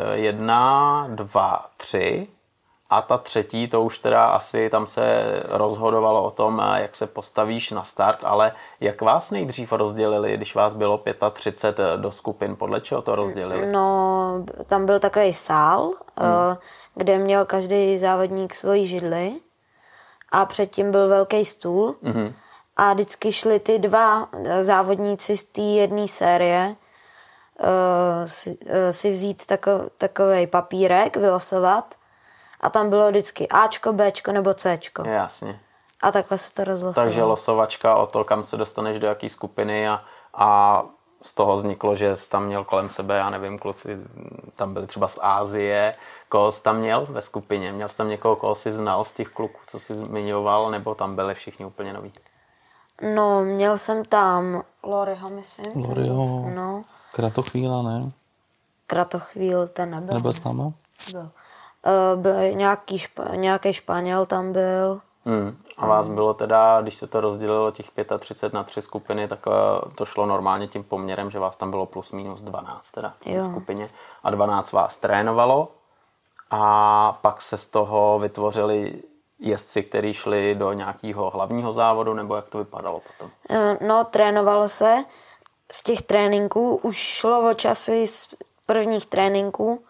Jedna, dva, tři. A ta třetí, to už teda asi tam se rozhodovalo o tom, jak se postavíš na start, ale jak vás nejdřív rozdělili, když vás bylo třicet pět do skupin, podle čeho to rozdělili? No, tam byl takový sál, hmm. kde měl každý závodník svoji židli a předtím byl velký stůl hmm. a vždycky šli ty dva závodníci z té jedné série uh, si, uh, si vzít tako, takovej papírek, vylosovat. A tam bylo vždycky Ačko, Bčko nebo Cčko. Jasně. A takhle se to rozlosovalo. Takže losovačka o to, kam se dostaneš do jaký skupiny a, a z toho vzniklo, že jsi tam měl kolem sebe, já nevím, kluci tam byli třeba z Ázie. Koho jsi tam měl ve skupině? Měl jsi tam někoho, koho jsi znal z těch kluků, co jsi zmiňoval, nebo tam byli všichni úplně noví? No, měl jsem tam Loryho, myslím. Loryho, no. Kratochvíla, ne? Kratochvíl, ten nebyl. Nebyl s náma? Byl. Uh, byl nějaký, špa, nějaký Španěl tam byl. Hmm. A vás bylo teda, když se to rozdělilo těch třicet pět na tři skupiny, tak to šlo normálně tím poměrem, že vás tam bylo plus minus dvanáct teda v té skupině. A dvanáct vás trénovalo a pak se z toho vytvořili jezdci, kteří šli do nějakého hlavního závodu, nebo jak to vypadalo potom? Uh, no, trénovalo se. Z těch tréninků už šlo o časy z prvních tréninků.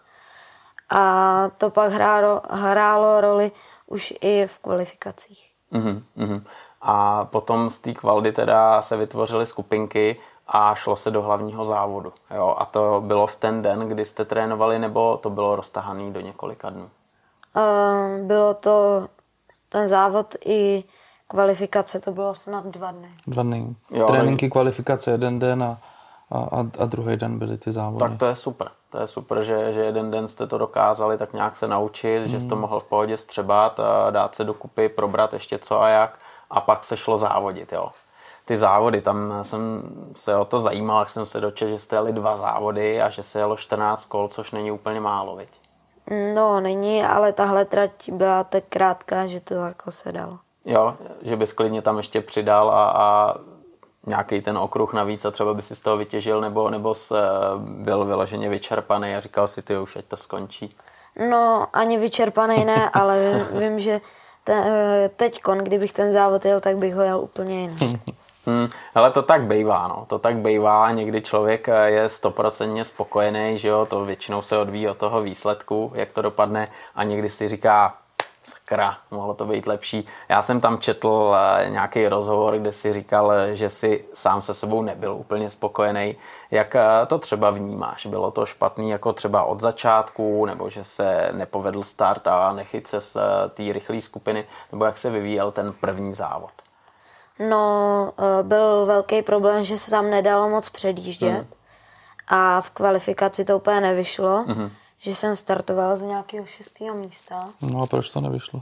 A to pak hrálo, hrálo roli už i v kvalifikacích. Uhum, uhum. A potom z té kvaldy teda se vytvořily skupinky a šlo se do hlavního závodu. Jo? A to bylo v ten den, kdy jste trénovali, nebo to bylo roztahané do několika dnů? Uh, bylo to ten závod i kvalifikace to bylo snad dva dny. Dva dny. Jo, Tréninky, kvalifikace jeden den a, a, a druhý den byly ty závody. Tak to je super. To je super, že, že jeden den jste to dokázali tak nějak se naučit, hmm. že jste to mohl v pohodě střebat a dát se dokupy, probrat ještě co a jak a pak se šlo závodit, jo. Ty závody, tam jsem se o to zajímal, jak jsem se dočetl, že jste jeli dva závody a že se jelo čtrnáct kol, což není úplně málo, viď? No, není, ale tahle trať byla tak krátká, že to jako se dalo. Jo, že bys klidně tam ještě přidal a, a nějaký ten okruh navíc a třeba by si z toho vytěžil, nebo, nebo jsi byl vyloženě vyčerpaný a říkal si, ty už ať to skončí. No, ani vyčerpaný ne, ale vím, že te, teďkon, kdybych ten závod jel, tak bych ho jel úplně jinak. Hmm, ale to tak bejvá, no. To tak bejvá, někdy člověk je stoprocentně spokojený, že jo, to většinou se odvíjí od toho výsledku, jak to dopadne a někdy si říká, sakra, mohlo to být lepší. Já jsem tam četl nějaký rozhovor, kde si říkal, že si sám se sebou nebyl úplně spokojený. Jak to třeba vnímáš? Bylo to špatný jako třeba od začátku, nebo že se nepovedl start a nechyt se z té rychlé skupiny, nebo jak se vyvíjel ten první závod? No, byl velký problém, že se tam nedalo moc předjíždět mm. a v kvalifikaci to úplně nevyšlo, mm. že jsem startoval z nějakého šestého místa. No a proč to nevyšlo?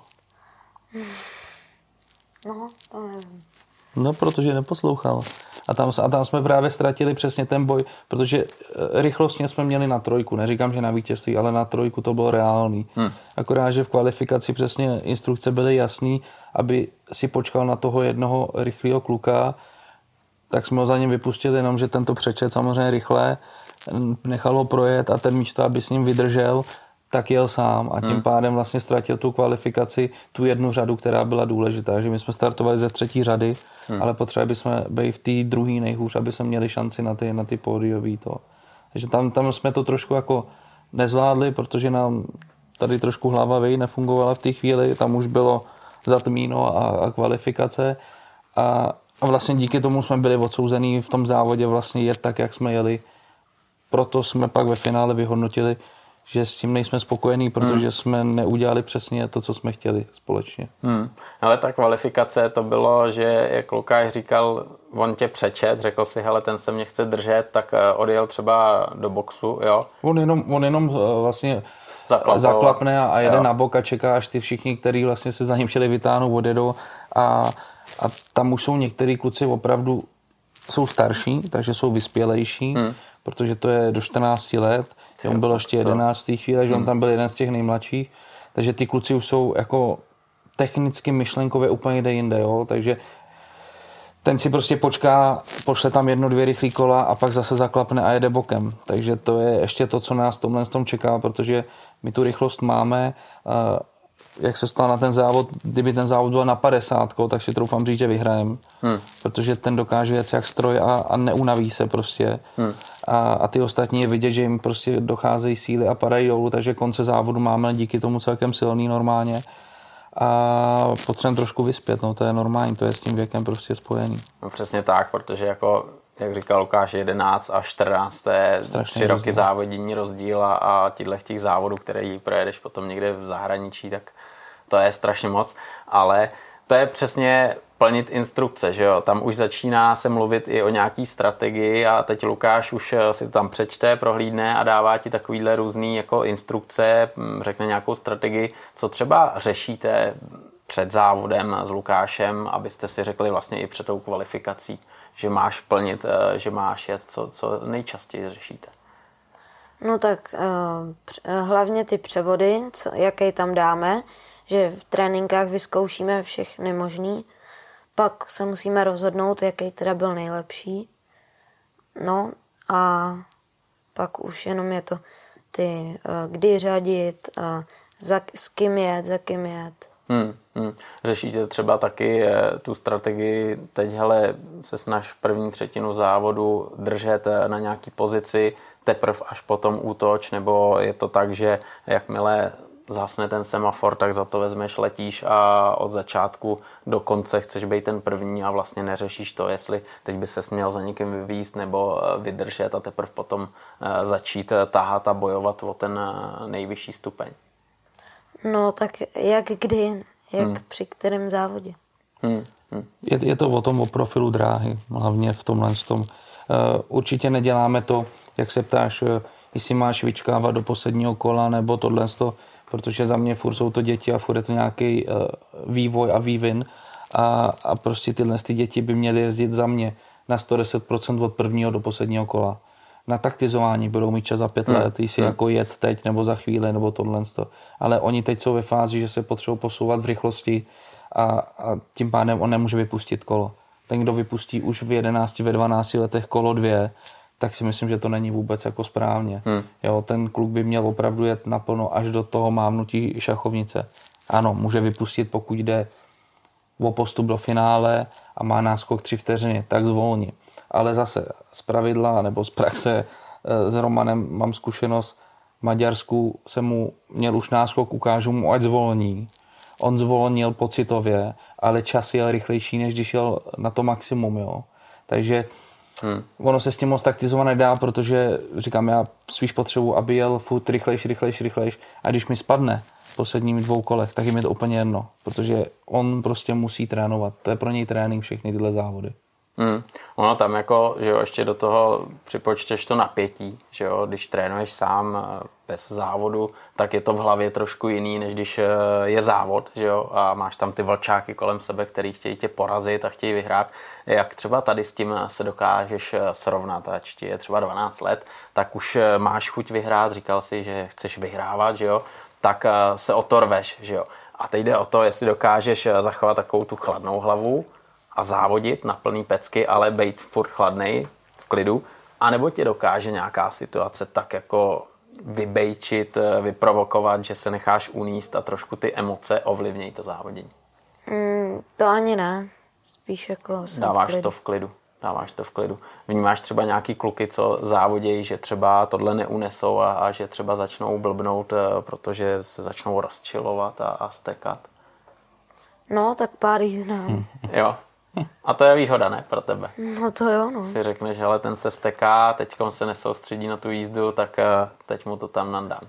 No, to nevím. No, protože neposlouchal. A tam, a tam jsme právě ztratili přesně ten boj, protože rychlostně jsme měli na trojku. Neříkám, že na vítězství, ale na trojku to bylo reálný. Hmm. Akorát, že v kvalifikaci přesně instrukce byly jasný, aby si počkal na toho jednoho rychlého kluka, tak jsme ho za ním vypustili, jenom že tento přečet samozřejmě rychle, nechal ho projet a ten místo, aby s ním vydržel, tak jel sám a tím hmm. pádem vlastně ztratil tu kvalifikaci, tu jednu řadu, která byla důležitá. Že my jsme startovali ze třetí řady, hmm. ale potřebovali jsme být v té druhé nejhůř, aby jsme měli šanci na ty, na ty pódiový to. Takže tam, tam jsme to trošku jako nezvládli, protože nám tady trošku hlava vej nefungovala v té chvíli, tam už bylo zatmíno a, a kvalifikace a, a vlastně díky tomu jsme byli odsouzený v tom závodě vlastně jet tak, jak jsme jeli. Proto jsme pak ve finále vyhodnotili, že s tím nejsme spokojení, protože hmm. jsme neudělali přesně to, co jsme chtěli společně. Hmm. Ale ta kvalifikace to bylo, že jak Lukáš říkal, on tě přečet, řekl si, hele, ten se mě chce držet, tak odjel třeba do boxu, jo? On jenom, on jenom vlastně Zaklapal. zaklapne a, a jede jo. na bok a čeká, až ty všichni, kteří vlastně se za ním chtěli vytáhnout, odjedou a, a tam už jsou některý kluci opravdu jsou starší, takže jsou vyspělejší, hmm. protože to je do čtrnácti let. On byl ještě jedenáct v té chvíli, že on tam byl jeden z těch nejmladších. Takže ty kluci už jsou jako technicky myšlenkově úplně jde jinde, jo. Takže ten si prostě počká, pošle tam jedno, dvě rychlý kola a pak zase zaklapne a jede bokem. Takže to je ještě to, co nás tomhle tom čeká, protože my tu rychlost máme. Jak se stalo na ten závod, kdyby ten závod byl na padesátko, tak si troufám říct, že vyhrajem. Hmm. Protože ten dokáže jet jak stroj a, a neunaví se prostě. Hmm. A, a ty ostatní je vidět, že jim prostě docházejí síly a padají dolů, takže konce závodu máme díky tomu celkem silný normálně. A potřebujeme trošku vyspět, no to je normální, to je s tím věkem prostě spojený. No přesně tak, protože jako, jak říkal Lukáš, jedenáct a čtrnáct, to je tři roky závodění rozdíl a, a těchto těch závodů, které projedeš potom někde v zahraničí, tak to je strašně moc, ale to je přesně plnit instrukce, že jo, tam už začíná se mluvit i o nějaký strategii a teď Lukáš už si to tam přečte, prohlídne a dává ti takovýhle různý jako instrukce, řekne nějakou strategii, co třeba řešíte před závodem s Lukášem, abyste si řekli vlastně i před tou kvalifikací, že máš plnit, že máš jet, co, co nejčastěji řešíte. No tak uh, hlavně ty převody, co, jaký tam dáme, že v tréninkách vyzkoušíme všechny možný, pak se musíme rozhodnout, jaký teda byl nejlepší. No a pak už jenom je to ty, uh, kdy řadit, uh, za, s kým jet, za kým jet. Hmm, hmm. Řešíte třeba taky tu strategii, teď hele, se snaž první třetinu závodu držet na nějaký pozici, teprv až potom útoč, nebo je to tak, že jakmile zhasne ten semafor, tak za to vezmeš, letíš a od začátku do konce chceš být ten první a vlastně neřešíš to, jestli teď by ses měl za někým vyvízt nebo vydržet a teprv potom začít tahat a bojovat o ten nejvyšší stupeň. No tak jak kdy, jak hmm. při kterém závodě. Hmm. Hmm. Je, je to o tom, o profilu dráhy, hlavně v tomhle tom. Uh, určitě neděláme to, jak se ptáš, uh, jestli máš vyčkávat do posledního kola, nebo tohle, protože za mě furt jsou to děti a furt je to nějaký uh, vývoj a vývin a, a prostě tyhle ty děti by měly jezdit za mě na sto deset procent od prvního do posledního kola. Na taktizování budou mít čas za pět hmm. let, jestli hmm. jako jet teď nebo za chvíli nebo tohle. Ale oni teď jsou ve fázi, že se potřebují posouvat v rychlosti a, a tím pádem on nemůže vypustit kolo. Ten, kdo vypustí už v jedenácti, ve dvanácti letech kolo dvě, tak si myslím, že to není vůbec jako správně. Hmm. Jo, ten kluk by měl opravdu jet naplno až do toho mávnutí šachovnice. Ano, může vypustit, pokud jde o postup do finále a má náskok tři vteřiny, tak zvolni. Ale zase z pravidla nebo z praxe s Romanem mám zkušenost. V Maďarsku jsem mu měl už náskok, ukážu mu, ať zvolní. On zvolnil pocitově, ale čas jel rychlejší, než když jel na to maximum. Jo. Takže hmm. ono se s tím moc taktizovat nedá, protože říkám, já spíš potřebuji, aby jel furt rychlejší, rychlejší, rychlejší. A když mi spadne v posledních dvou kolech, tak jim je to úplně jedno, protože on prostě musí trénovat. To je pro něj trénink všechny tyhle závody. Hmm. Ono tam jako, že jo, ještě do toho připočteš to napětí, že jo, když trénuješ sám bez závodu, tak je to v hlavě trošku jiný, než když je závod, že jo, a máš tam ty vlčáky kolem sebe, který chtějí tě porazit a chtějí vyhrát. Jak třeba tady s tím se dokážeš srovnat, ač ti je třeba dvanáct let, tak už máš chuť vyhrát, říkal si, že chceš vyhrávat, že jo, tak se o to rveš, že jo. A teď jde o to, jestli dokážeš zachovat takovou tu chladnou hlavu a závodit na plný pecky, ale být furt chladnej, v klidu, anebo tě dokáže nějaká situace tak jako vybejčit, vyprovokovat, že se necháš uníst a trošku ty emoce ovlivnějí to závodění. Mm, to ani ne. Spíš jako jsem Dáváš v klidu. to v klidu. Dáváš to v klidu. Vnímáš třeba nějaký kluky, co závodějí, že třeba tohle neunesou a, a že třeba začnou blbnout, protože se začnou rozčilovat a, a stekat? No, tak pár jich znám. Jo. A to je výhoda, ne, pro tebe? No to jo, no. Si řekneš, hele, ten se steká, teďkom se nesoustředí na tu jízdu, tak teď mu to tam nandám.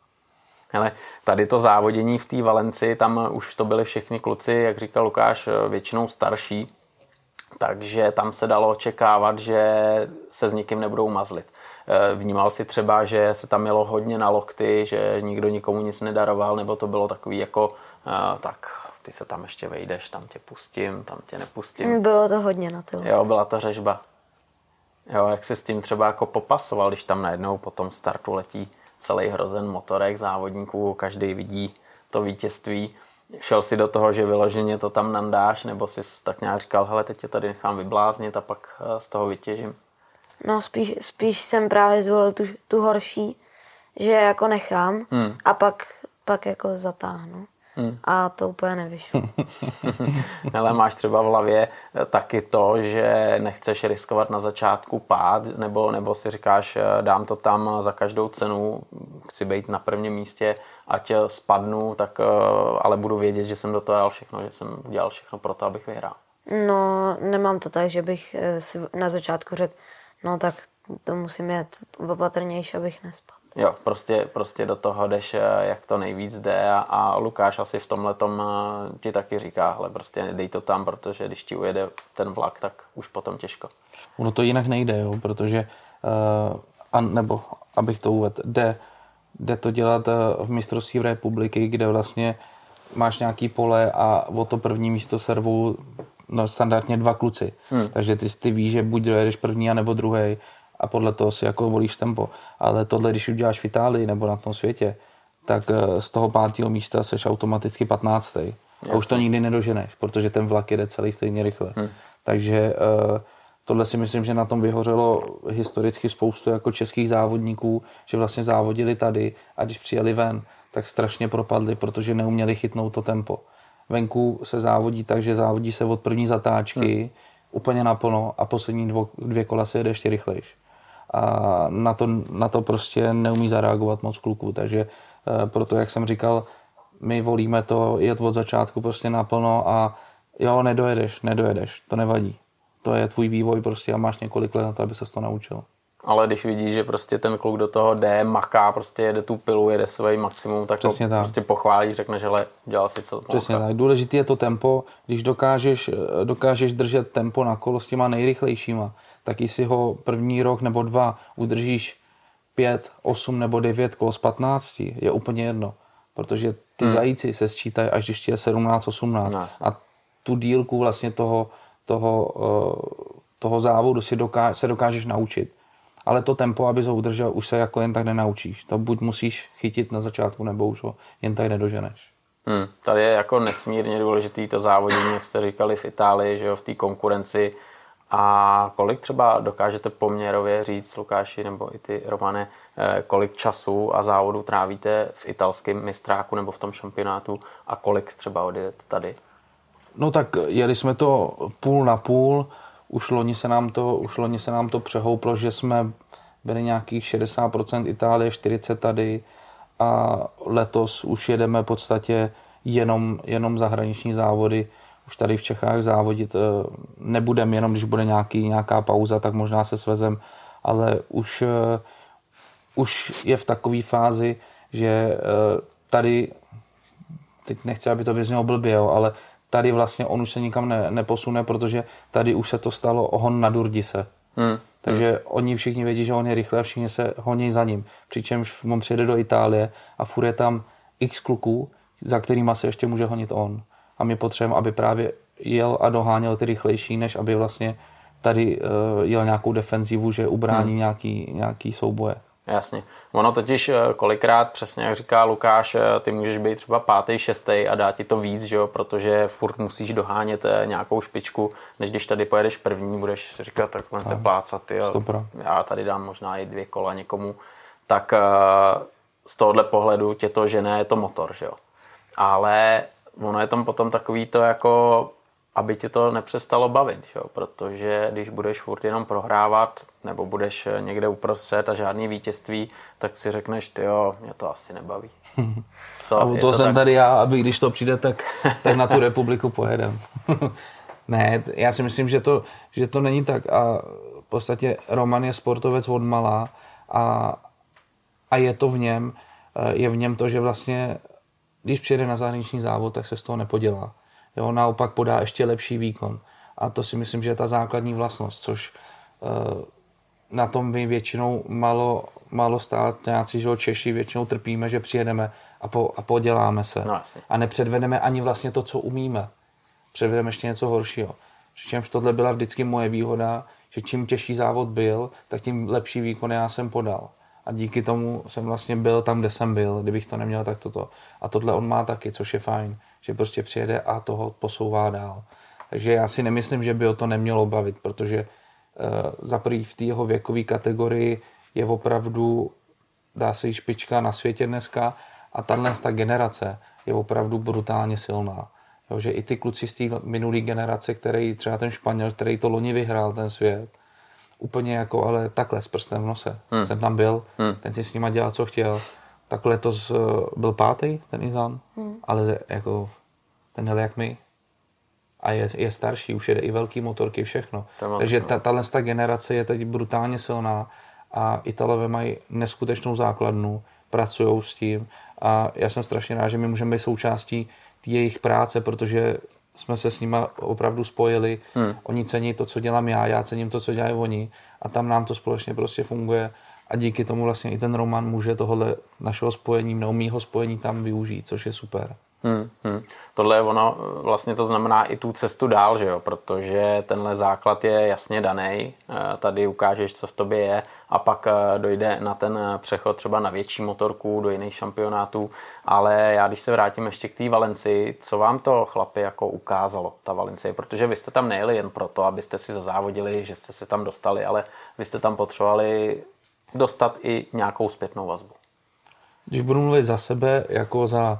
Hele, tady to závodění v té Valenci, tam už to byli všichni kluci, jak říkal Lukáš, většinou starší, takže tam se dalo očekávat, že se s nikým nebudou mazlit. Vnímal si třeba, že se tam jelo hodně na lokty, že nikdo nikomu nic nedaroval, nebo to bylo takový jako, tak ty se tam ještě vejdeš, tam tě pustím, tam tě nepustím. Bylo to hodně na ty lokty. Jo, byla to řežba. Jo, jak jsi s tím třeba jako popasoval, když tam najednou po tom startu letí celý hrozen motorek závodníků, každý vidí to vítězství. Šel si do toho, že vyloženě to tam nandáš, nebo jsi tak nějak říkal, hele, teď tě tady nechám vybláznit a pak z toho vytěžím? No spíš, spíš jsem právě zvolil tu, tu horší, že jako nechám hmm. a pak, pak jako zatáhnu. Hmm. A to úplně nevyšlo. Ale máš třeba v hlavě taky to, že nechceš riskovat na začátku pád, nebo, nebo si říkáš, dám to tam za každou cenu, chci být na prvním místě, ať spadnu, tak ale budu vědět, že jsem do toho dal všechno, že jsem udělal všechno pro to, abych vyhrál. No, nemám to tak, že bych si na začátku řekl, no tak to musím jet opatrnější, abych nespadl. Jo, prostě, prostě do toho jdeš, jak to nejvíc jde a, a Lukáš asi v tomhletom ti taky říká, ale prostě dej to tam, protože když ti ujede ten vlak, tak už potom těžko. Ono to jinak nejde, jo, protože, uh, a, nebo abych to uvedl, jde, jde to dělat v mistrovství republiky, kde vlastně máš nějaký pole a o to první místo servou no, standardně dva kluci. Hmm. Takže ty, ty víš, že buď dojedeš první, anebo druhý. A podle toho si jako volíš tempo. Ale tohle, když uděláš v Itálii nebo na tom světě, tak z toho pátého místa seš automaticky patnáctý. A už to nikdy nedoženeš, protože ten vlak jede celý stejně rychle. Hmm. Takže tohle si myslím, že na tom vyhořelo historicky spoustu jako českých závodníků, že vlastně závodili tady a když přijeli ven, tak strašně propadli, protože neuměli chytnout to tempo. Venku se závodí tak, že závodí se od první zatáčky hmm. úplně naplno a poslední dvo, dvě kola se jede ještě rychlejš. A na to, na to prostě neumí zareagovat moc kluků, takže e, proto, jak jsem říkal, my volíme to jet od začátku prostě naplno a jo, nedojedeš, nedojedeš, to nevadí. To je tvůj vývoj prostě a máš několik let na to, aby ses to naučil. Ale když vidíš, že prostě ten kluk do toho jde, maká, prostě jede tu pilu, jede svůj maximum, tak Přesně ho tak. prostě pochválí, řekne, že hele, dělal si co. Přesně tak. Důležité je to tempo. Když dokážeš, dokážeš držet tempo na kolo s těma nejrychlejšíma, tak si ho první rok nebo dva udržíš pět, osm nebo devět kol z patnácti, je úplně jedno. Protože ty hmm. zajíci se sčítají, až když je sedmnáct, osmnáct. No, a tu dílku vlastně toho, toho, toho závodu si dokáž, se dokážeš naučit. Ale to tempo, abys ho udržel, už se jako jen tak nenaučíš. To buď musíš chytit na začátku, nebo už ho jen tak nedoženeš. Hmm. Tady je jako nesmírně důležitý to závodění, jak jste říkali v Itálii, že jo, v té konkurenci. A kolik třeba dokážete poměrově říct, Lukáši, nebo i ty, Romane, kolik času a závodu trávíte v italském mistráku nebo v tom šampionátu a kolik třeba odjedete tady? No tak jeli jsme to půl na půl, už loni se nám to, už loni se nám to přehouplo, že jsme byli nějakých šedesát procent Itálie, čtyřicet tady a letos už jedeme v podstatě jenom, jenom zahraniční závody. Už tady v Čechách závodit nebudeme, jenom když bude nějaký, nějaká pauza, tak možná se svezem, ale už, už je v takové fázi, že tady, teď nechci, aby to vyznělo blbě, jo, ale tady vlastně on už se nikam ne, neposune, protože tady už se to stalo ohon na Durdise. Hmm. Takže hmm. oni všichni vědí, že on je rychle a všichni se honí za ním. Přičemž on přijede do Itálie a furt je tam x kluků, za kterýma se ještě může honit on. A my potřebujeme, aby právě jel a doháněl ty rychlejší, než aby vlastně tady uh, jel nějakou defenzivu, že ubrání hmm. nějaký, nějaký souboje. Jasně. Ono totiž kolikrát, přesně jak říká Lukáš, ty můžeš být třeba pátý, šestý a dá ti to víc, že jo? Protože furt musíš dohánět nějakou špičku, než když tady pojedeš první, budeš si říkat, tak on se plácat, jo. Já tady dám možná i dvě kola někomu. Tak z tohohle pohledu tě to žene, je to motor, že jo. Ale ono je tam potom takový to jako, aby tě to nepřestalo bavit, jo? Protože když budeš furt jenom prohrávat nebo budeš někde uprostřed a žádný vítězství, tak si řekneš, tyjo, mě to asi nebaví. Co? A to, to jsem tak... tady já, aby když to přijde, tak, tak na tu republiku pojedem. Ne, já si myslím, že to, že to není tak a v podstatě Roman je sportovec od malá a, a je to v něm, je v něm to, že vlastně když přijede na zahraniční závod, tak se z toho nepodělá. Jo, naopak podá ještě lepší výkon. A to si myslím, že je ta základní vlastnost, což uh, na tom my většinou malo, malo stát nějací, že Češi většinou trpíme, že přijedeme a, po, a poděláme se. No, a nepředvedeme ani vlastně to, co umíme. Předvedeme ještě něco horšího. Přičemž tohle byla vždycky moje výhoda, že čím těžší závod byl, tak tím lepší výkon já jsem podal. A díky tomu jsem vlastně byl tam, kde jsem byl. Kdybych to neměl, tak toto. A tohle on má taky, což je fajn. Že prostě přijede a toho posouvá dál. Takže já si nemyslím, že by o to nemělo bavit, protože uh, za prvý v té jeho věkové kategorii je opravdu, dá se jí špička na světě dneska a tahle ta generace je opravdu brutálně silná. Jo, že i ty kluci z té minulé generace, který třeba ten Španěl, který to loni vyhrál ten svět, úplně jako, ale takhle s prstem v nose. Hmm. Jsem tam byl, hmm. ten si s nima dělal, co chtěl. Tak letos uh, byl pátý, ten Izan, hmm. ale jako tenhle jak my. A je, je starší, už jede i velký motorky, všechno. Takže ta, tahle ta generace je teď brutálně silná a Italové mají neskutečnou základnu, pracují s tím a já jsem strašně rád, že my můžeme být součástí té jejich práce, protože jsme se s nima opravdu spojili. Hmm. Oni cení to, co dělám já, já cením to, co dělají oni a tam nám to společně prostě funguje. A díky tomu vlastně i ten Roman může tohle našeho spojení, nebo mýho spojení tam využít, což je super. Hmm, hmm. Tohle je ono, vlastně to znamená i tu cestu dál, že jo? Protože tenhle základ je jasně daný, tady ukážeš, co v tobě je a pak dojde na ten přechod třeba na větší motorku, do jiných šampionátů, ale já když se vrátím ještě k té Valencii, co vám to chlapi jako ukázalo, ta Valencie, protože vy jste tam nejeli jen proto, abyste si zazávodili, že jste se tam dostali, ale vy jste tam potřebovali dostat i nějakou zpětnou vazbu. Když budu mluvit za sebe, jako za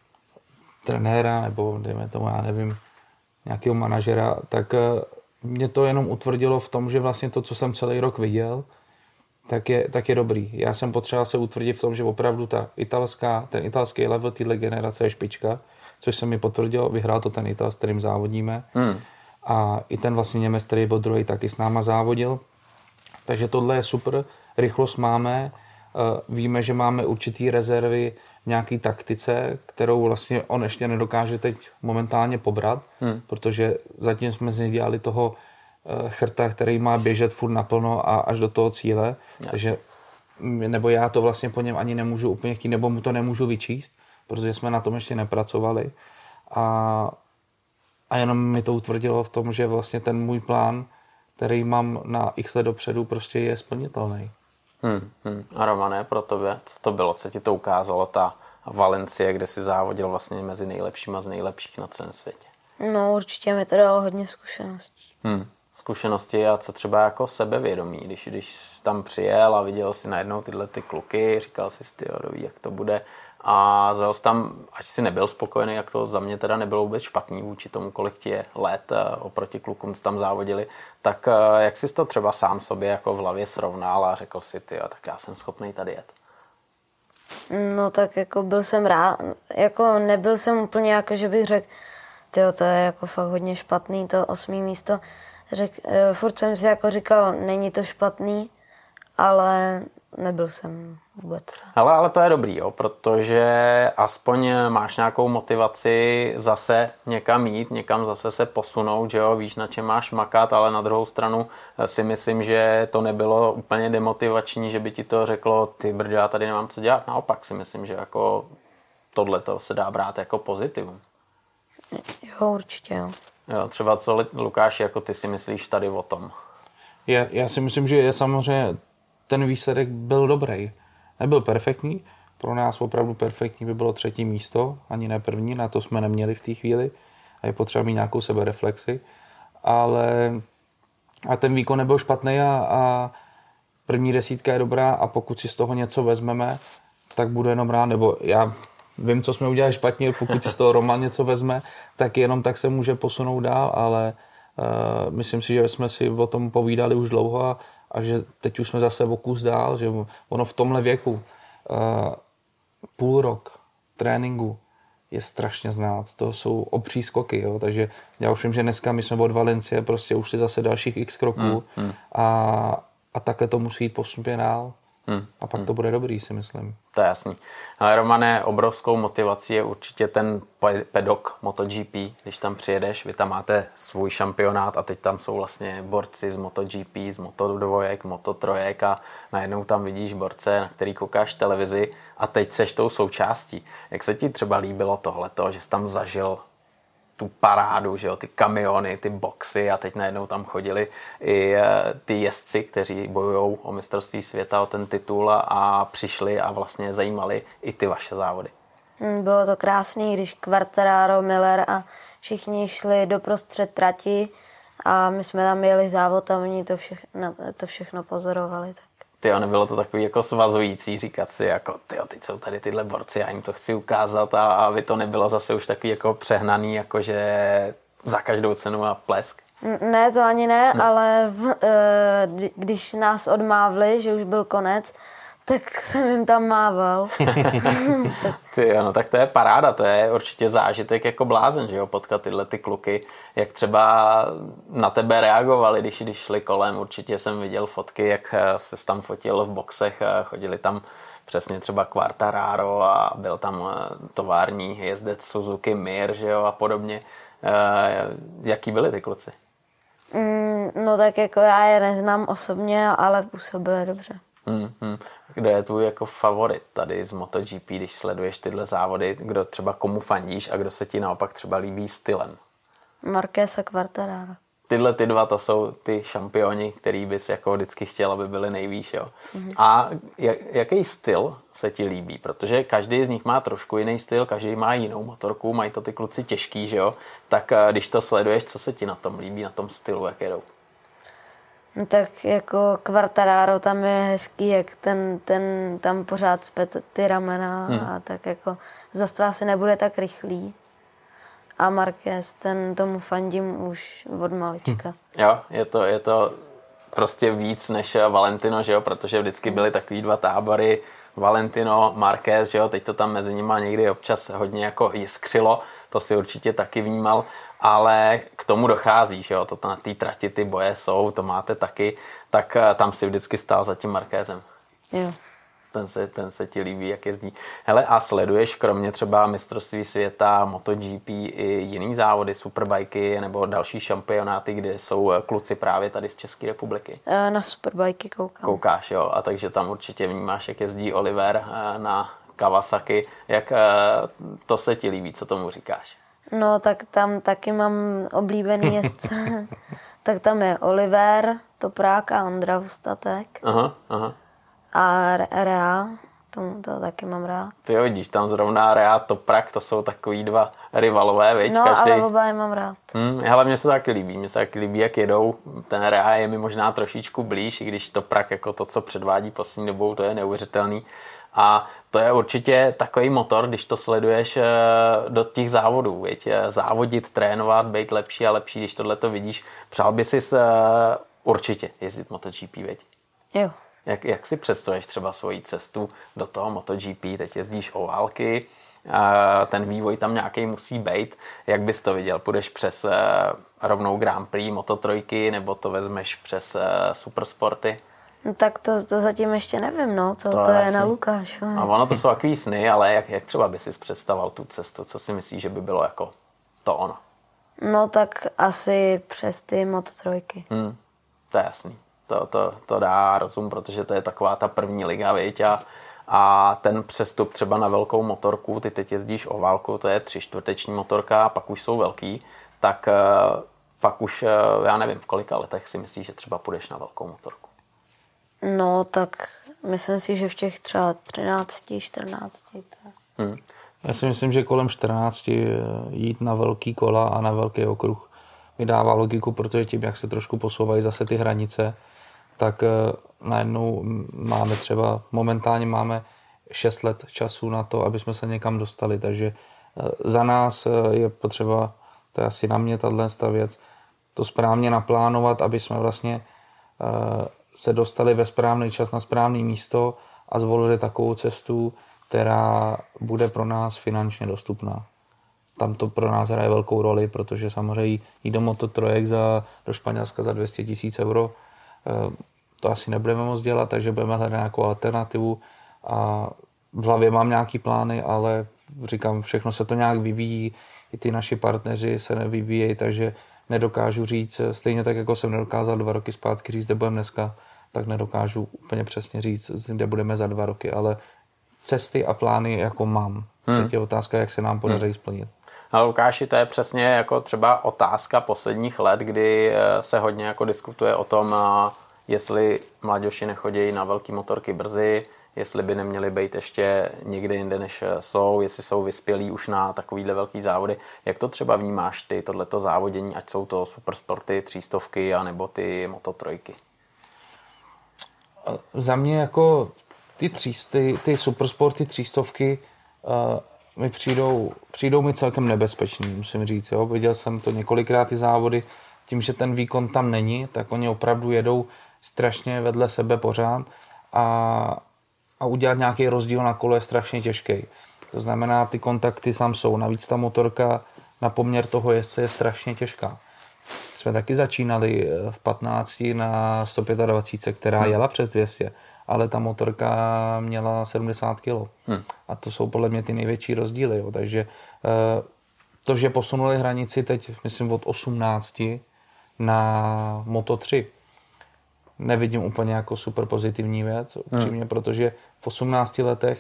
trenéra, nebo dejme tomu, já nevím, nějakého manažera, tak mě to jenom utvrdilo v tom, že vlastně to, co jsem celý rok viděl, tak je, tak je dobrý. Já jsem potřeboval se utvrdit v tom, že opravdu ta italská, ten italský level téhle generace je špička, což se mi potvrdilo, vyhrál to ten Ital, s kterým závodíme. Hmm. A i ten vlastně Němec, který byl druhý, taky s náma závodil. Takže tohle je super, rychlost máme, víme, že máme určitý rezervy v nějaký taktice, kterou vlastně on ještě nedokáže teď momentálně pobrat, hmm. protože zatím jsme z něj dělali toho chrta, který má běžet furt naplno a až do toho cíle, yes. takže nebo já to vlastně po něm ani nemůžu úplně chtít, nebo mu to nemůžu vyčíst, protože jsme na tom ještě nepracovali a, a jenom mi to utvrdilo v tom, že vlastně ten můj plán, který mám na x let dopředu, prostě je splnitelný. Hmm, hmm. A Romane, pro tebe, co to bylo, co ti to ukázalo, ta Valencie, kde si závodil vlastně mezi nejlepšíma z nejlepších na celém světě? No určitě mi to dalo hodně zkušeností. Hmm. Zkušenosti a co třeba jako sebevědomí, když, když tam přijel a viděl si najednou tyhle ty kluky, říkal si ty jak to bude a zjel tam, ať si nebyl spokojený, jak to za mě teda nebylo vůbec špatný vůči tomu, kolik ti je let oproti klukům, co tam závodili, tak jak jsi to třeba sám sobě jako v hlavě srovnal a řekl si ty, tak já jsem schopný tady jet? No tak jako byl jsem rád, jako nebyl jsem úplně jako, že bych řekl, tyjo, to je jako fakt hodně špatný, to osmý místo. Řek, furt jsem si jako říkal, není to špatný, ale nebyl jsem vůbec. Ale, ale to je dobrý, jo, protože aspoň máš nějakou motivaci zase někam jít, někam zase se posunout, že jo, víš, na čem máš makat, ale na druhou stranu si myslím, že to nebylo úplně demotivační, že by ti to řeklo, ty brďo, já tady nemám co dělat. Naopak si myslím, že jako tohleto se dá brát jako pozitivum. Jo, určitě, jo. Jo, třeba co, Lukáš, jako ty si myslíš tady o tom? Já, já si myslím, že je samozřejmě ten výsledek byl dobrý. Nebyl perfektní, pro nás opravdu perfektní by bylo třetí místo, ani ne první, na to jsme neměli v té chvíli a je potřeba mít nějakou sebereflexi, ale a ten výkon nebyl špatný a, a první desítka je dobrá a pokud si z toho něco vezmeme, tak budu jenom rád, nebo já vím, co jsme udělali špatně, pokud si z toho Roman něco vezme, tak jenom tak se může posunout dál, ale uh, myslím si, že jsme si o tom povídali už dlouho a, a že teď už jsme zase o kus dál, že ono v tomhle věku uh, půl rok tréninku je strašně znát, to jsou obří skoky, jo? Takže já už vím, že dneska my jsme od Valencie prostě už si zase dalších x kroků hmm, hmm. A, a takhle to musí jít postupně dál. Hmm. A pak to bude dobrý, si myslím. To je jasný. Ale Romane, obrovskou motivací je určitě ten pedok MotoGP, když tam přijedeš, vy tam máte svůj šampionát a teď tam jsou vlastně borci z MotoGP, z Moto dvojek, Moto trojek a najednou tam vidíš borce, na který koukáš televizi a teď seš tou součástí. Jak se ti třeba líbilo tohleto, že jsi tam zažil tu parádu, že jo, ty kamiony, ty boxy a teď najednou tam chodili i ty jezdci, kteří bojujou o mistrovství světa, o ten titul a přišli a vlastně zajímali i ty vaše závody. Bylo to krásný, když Quartararo, Miller a všichni šli doprostřed trati a my jsme tam jeli závod a oni to všechno, to všechno pozorovali. Tak. Tyjo, nebylo to takový jako svazující říkat si, jako tyjo, teď jsou tady tyhle borci, já jim to chci ukázat a aby to nebylo zase už takový jako přehnaný, jakože za každou cenu a plesk. Ne, to ani ne, ne. Ale když nás odmávli, že už byl konec, tak jsem jim tam mával. Ty, no, tak to je paráda, to je určitě zážitek jako blázen, že jo, potkat tyhle ty kluky, jak třeba na tebe reagovali, když, když šli kolem, určitě jsem viděl fotky, jak se tam fotil v boxech, chodili tam přesně třeba Quartararo a byl tam tovární jezdec Suzuki Mir, že jo, a podobně. Jaký byli ty kluci? Mm, no tak jako já je neznám osobně, ale působili dobře. Hmm, hmm. Kdo je tvůj jako favorit tady z MotoGP, když sleduješ tyhle závody, kdo třeba komu fandíš a kdo se ti naopak třeba líbí stylem? Marquez a Quartararo. Tyhle ty dva, to jsou ty šampioni, který bys jako vždycky chtěl, aby byli nejvýš, jo. Mm-hmm. A jak, jaký styl se ti líbí? Protože každý z nich má trošku jiný styl, každý má jinou motorku, mají to ty kluci těžký, že jo. Tak když to sleduješ, co se ti na tom líbí, na tom stylu, jak jedou? No tak jako Quartararo tam je hezký, jak ten, ten tam pořád zpět ty ramena hmm. a tak jako zase asi nebude tak rychlý. A Marquez, ten tomu fandím už od malička. Hmm. Jo, je to, je to prostě víc než Valentino, že jo, protože vždycky byly takový dva tábory, Valentino, Marquez, že jo, teď to tam mezi nimi někdy občas hodně jako jiskřilo, to si určitě taky vnímal. ale k tomu dochází, že jo, to na té trati ty boje jsou, to máte taky, tak tam si vždycky stál za tím Markézem. Jo. Ten se, ten se ti líbí, jak jezdí. Hele, a sleduješ kromě třeba mistrovství světa, MotoGP i jiný závody, superbajky nebo další šampionáty, kde jsou kluci právě tady z České republiky? Na superbajky koukám. Koukáš, jo, a takže tam určitě vnímáš, jak jezdí Oliver na Kawasaki. Jak to se ti líbí, co tomu říkáš? No, tak tam taky mám oblíbený jezdce. Tak tam je Oliver, Toprák a Ondra Hustatek. Aha, aha. A Rea, to, to taky mám rád. Ty jo, vidíš, tam zrovna Rea, Toprak, to jsou takový dva rivalové, viď? No, Každý... ale oba je mám rád. Hmm, hele, mně se taky líbí, mně se taky líbí, jak jedou. Ten Rea je mi možná trošičku blíž, i když Toprak, jako to, co předvádí poslední dobou, to je neuvěřitelný. A to je určitě takový motor, když to sleduješ do těch závodů, viď? Závodit, trénovat, být lepší a lepší, když tohle to vidíš. Přál by si určitě jezdit MotoGP, viď? Jo. Jak, jak si představuješ třeba svoji cestu do toho MotoGP, teď jezdíš oválky, ten vývoj tam nějaký musí být. Jak bys to viděl? Půjdeš přes rovnou Grand Prix Moto tři nebo to vezmeš přes Supersporty? No, tak to, to zatím ještě nevím, no. To, to, to je na Lukášovi. A ono to jsou takový sny, ale jak, jak třeba by si představoval tu cestu? Co si myslíš, že by bylo jako to ono? No tak asi přes ty Moto tři. Hmm, to je jasný. To, to, to dá rozum, protože to je taková ta první liga, viď? A, a ten přestup třeba na velkou motorku, ty teď jezdíš oválku, to je tři čtvrteční motorka, pak už jsou velký, tak uh, pak už, uh, já nevím, v kolika letech si myslíš, že třeba půjdeš na velkou motorku? No tak myslím si, že v těch třeba třinácti, čtrnácti. Hmm. Já si myslím, že kolem čtrnácti jít na velký kola a na velký okruh mi dává logiku, protože tím, jak se trošku posouvají zase ty hranice, tak najednou máme třeba, momentálně máme šest let času na to, aby jsme se někam dostali, takže za nás je potřeba, to je asi na mě tato věc, to správně naplánovat, aby jsme vlastně se dostali ve správný čas na správné místo a zvolili takovou cestu, která bude pro nás finančně dostupná. Tam to pro nás hraje velkou roli, protože samozřejmě jít do Moto tři za, do Španělska za dvě stě tisíc euro, to asi nebudeme moc dělat, takže budeme hledat nějakou alternativu a v hlavě mám nějaký plány, ale říkám, všechno se to nějak vyvíjí, i ty naši partneři se nevyvíjejí, takže nedokážu říct, stejně tak, jako jsem nedokázal dva roky zpátky říct, kde budeme dneska, tak nedokážu úplně přesně říct, kde budeme za dva roky, ale cesty a plány jako mám. Hmm. Teď je otázka, jak se nám podaří hmm. splnit. Ale Lukáši, to je přesně jako třeba otázka posledních let, kdy se hodně jako diskutuje o tom, jestli mladěši nechodí na velký motorky brzy, jestli by neměli být ještě někde jinde, než jsou, jestli jsou vyspělí už na takovýhle velký závody. Jak to třeba vnímáš ty, tohleto závodění, ať jsou to supersporty, třístovky, anebo ty Moto tři? Za mě jako ty, tří, ty, ty supersporty, třístovky uh, mi přijdou, přijdou mi celkem nebezpečný, musím říct. Jo. Viděl jsem to několikrát ty závody, tím, že ten výkon tam není, tak oni opravdu jedou strašně vedle sebe pořád a, a udělat nějaký rozdíl na kolo je strašně těžký. To znamená, ty kontakty tam jsou. Navíc ta motorka na poměr toho jezdce je strašně těžká. Jsme taky začínali v patnácti na sto dvacet pět, která hmm. jela přes dvě stě, ale ta motorka měla sedmdesát kilo. Hmm. A to jsou podle mě ty největší rozdíly. Jo. Takže to, že posunuli hranici teď, myslím, od osmnácti na Moto tři, nevidím úplně jako super pozitivní věc, upřímně, hmm. protože v osmnácti letech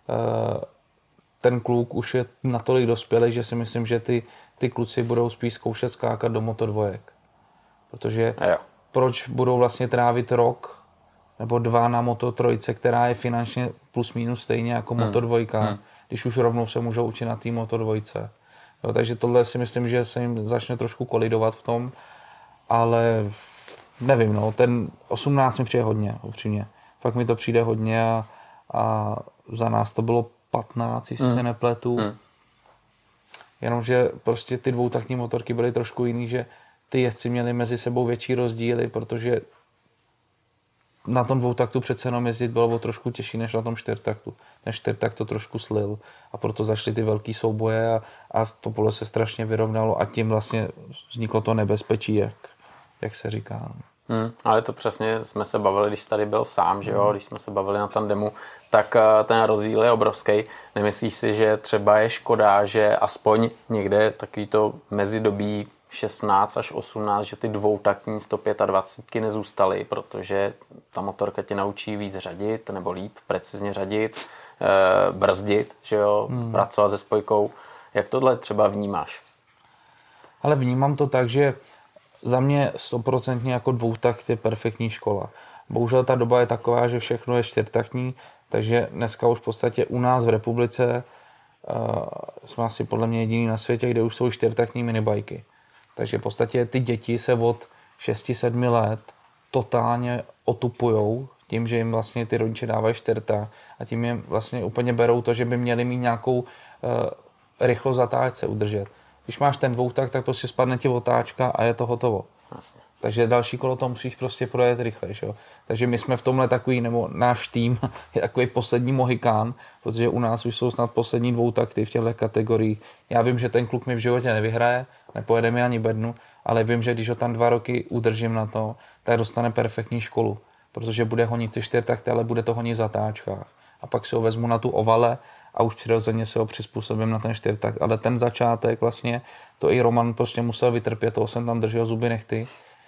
ten kluk už je natolik dospělý, že si myslím, že ty, ty kluci budou spíš zkoušet skákat do Moto dvojek. Protože proč budou vlastně trávit rok nebo dva na Moto tři, která je finančně plus minus stejně jako hmm. Moto dvojka, hmm. když už rovnou se můžou učit na té Moto dvojce. Jo, takže tohle si myslím, že se jim začne trošku kolidovat v tom, ale nevím, no, ten osmnáct mi přijde hodně, upřímně. Fakt mi to přijde hodně a, a za nás to bylo patnáct, jestli hmm. se nepletu. Hmm. Jenomže prostě ty dvoutaktní motorky byly trošku jiný, že ty jezdci měli mezi sebou větší rozdíly, protože na tom dvoutaktu přece jenom jezdit bylo o trošku těžší než na tom čtyřtaktu. Ten čtyřtakt to trošku slil a proto začaly ty velký souboje a, a to pole se strašně vyrovnalo a tím vlastně vzniklo to nebezpečí, jak, jak se říká. Hmm, ale to přesně jsme se bavili, když tady byl sám, že jo, když jsme se bavili na tandemu, tak ten rozdíl je obrovský. Nemyslíš si, že třeba je škoda, že aspoň někde takový to mezidobí šestnáct až osmnáct, že ty dvoutaktní sto dvacet pět nezůstaly, protože ta motorka tě naučí víc řadit, nebo líp, precizně řadit, e, brzdit, že jo, hmm. pracovat se spojkou. Jak tohle třeba vnímáš? Ale vnímám to tak, že za mě stoprocentně jako dvoutakt je perfektní škola. Bohužel ta doba je taková, že všechno je čtyřtaktní, takže dneska už v podstatě u nás v republice uh, jsme asi podle mě jediný na světě, kde už jsou čtyřtaktní minibajky. Takže v podstatě ty děti se od šesti sedmi let totálně otupujou tím, že jim vlastně ty rodiče dávají čtyřta a tím jim vlastně úplně berou to, že by měli mít nějakou uh, rychlost zatáčce udržet. Když máš ten dvoutakt, tak prostě spadne ti otáčka a je to hotovo. Vlastně. Takže další kolo to musíš prostě projet rychlejš. Jo? Takže my jsme v tomhle takový, nebo náš tým je takový poslední mohikán, protože u nás už jsou snad poslední dvoutakty v těchto kategoriích. Já vím, že ten kluk mi v životě nevyhraje, nepojede mi ani bednu, ale vím, že když ho tam dva roky udržím na to, tak dostane perfektní školu, protože bude honit ty čtyřtakty, ale bude to honit v zatáčkách. A pak si ho vezmu na tu ovale a už přirozeně se ho přizpůsobím na ten čtyřtakt. Ale ten začátek vlastně, to i Roman prostě musel vytrpět, toho jsem tam držel zuby nechty,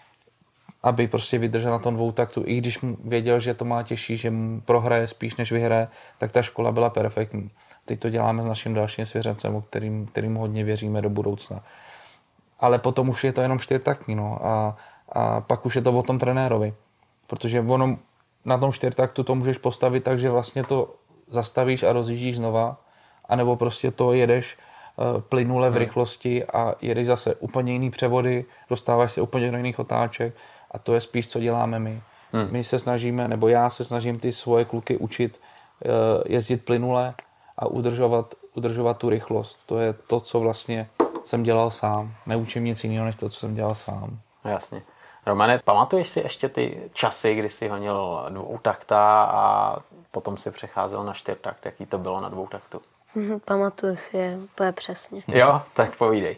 aby prostě vydržel na tom dvoutaktu. I když mu věděl, že to má těžší, že mu prohraje spíš než vyhraje, tak ta škola byla perfektní. Teď to děláme s naším dalším svěřencem, o kterým, kterým hodně věříme do budoucna. Ale potom už je to jenom čtyřtaktní, no. A, a pak už je to o tom trenérovi. Protože ono na tom čtyřtaktu to můžeš postavit tak, že vlastně to zastavíš a rozjíždíš znova, anebo prostě to jedeš uh, plynule v rychlosti a jedeš zase úplně jiný převody, dostáváš se úplně do jiných otáček a to je spíš, co děláme my. Hmm. My se snažíme, nebo já se snažím ty svoje kluky učit uh, jezdit plynule a udržovat, udržovat tu rychlost. To je to, co vlastně jsem dělal sám. Neučím nic jiného, než to, co jsem dělal sám. Jasně. Romane, pamatuješ si ještě ty časy, kdy jsi honil dvoutakta a potom si přecházel na čtyřtakt? Jaký to bylo na dvoutaktu? Mm, pamatuju si je úplně přesně. Jo? Tak povídej.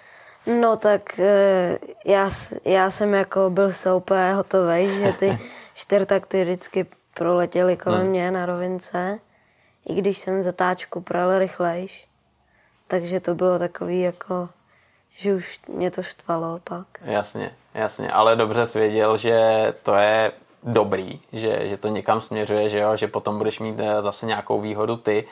No tak já, já jsem jako byl se úplně hotovej, že ty čtyřtakty vždycky proletěly kolem hmm. mě na rovince, i když jsem zatáčku projel rychlejš. Takže to bylo takový jako, že už mě to štvalo pak. Jasně, jasně, ale dobře jsi věděl, že to je dobrý, že, že to někam směřuje, že jo, že potom budeš mít zase nějakou výhodu ty,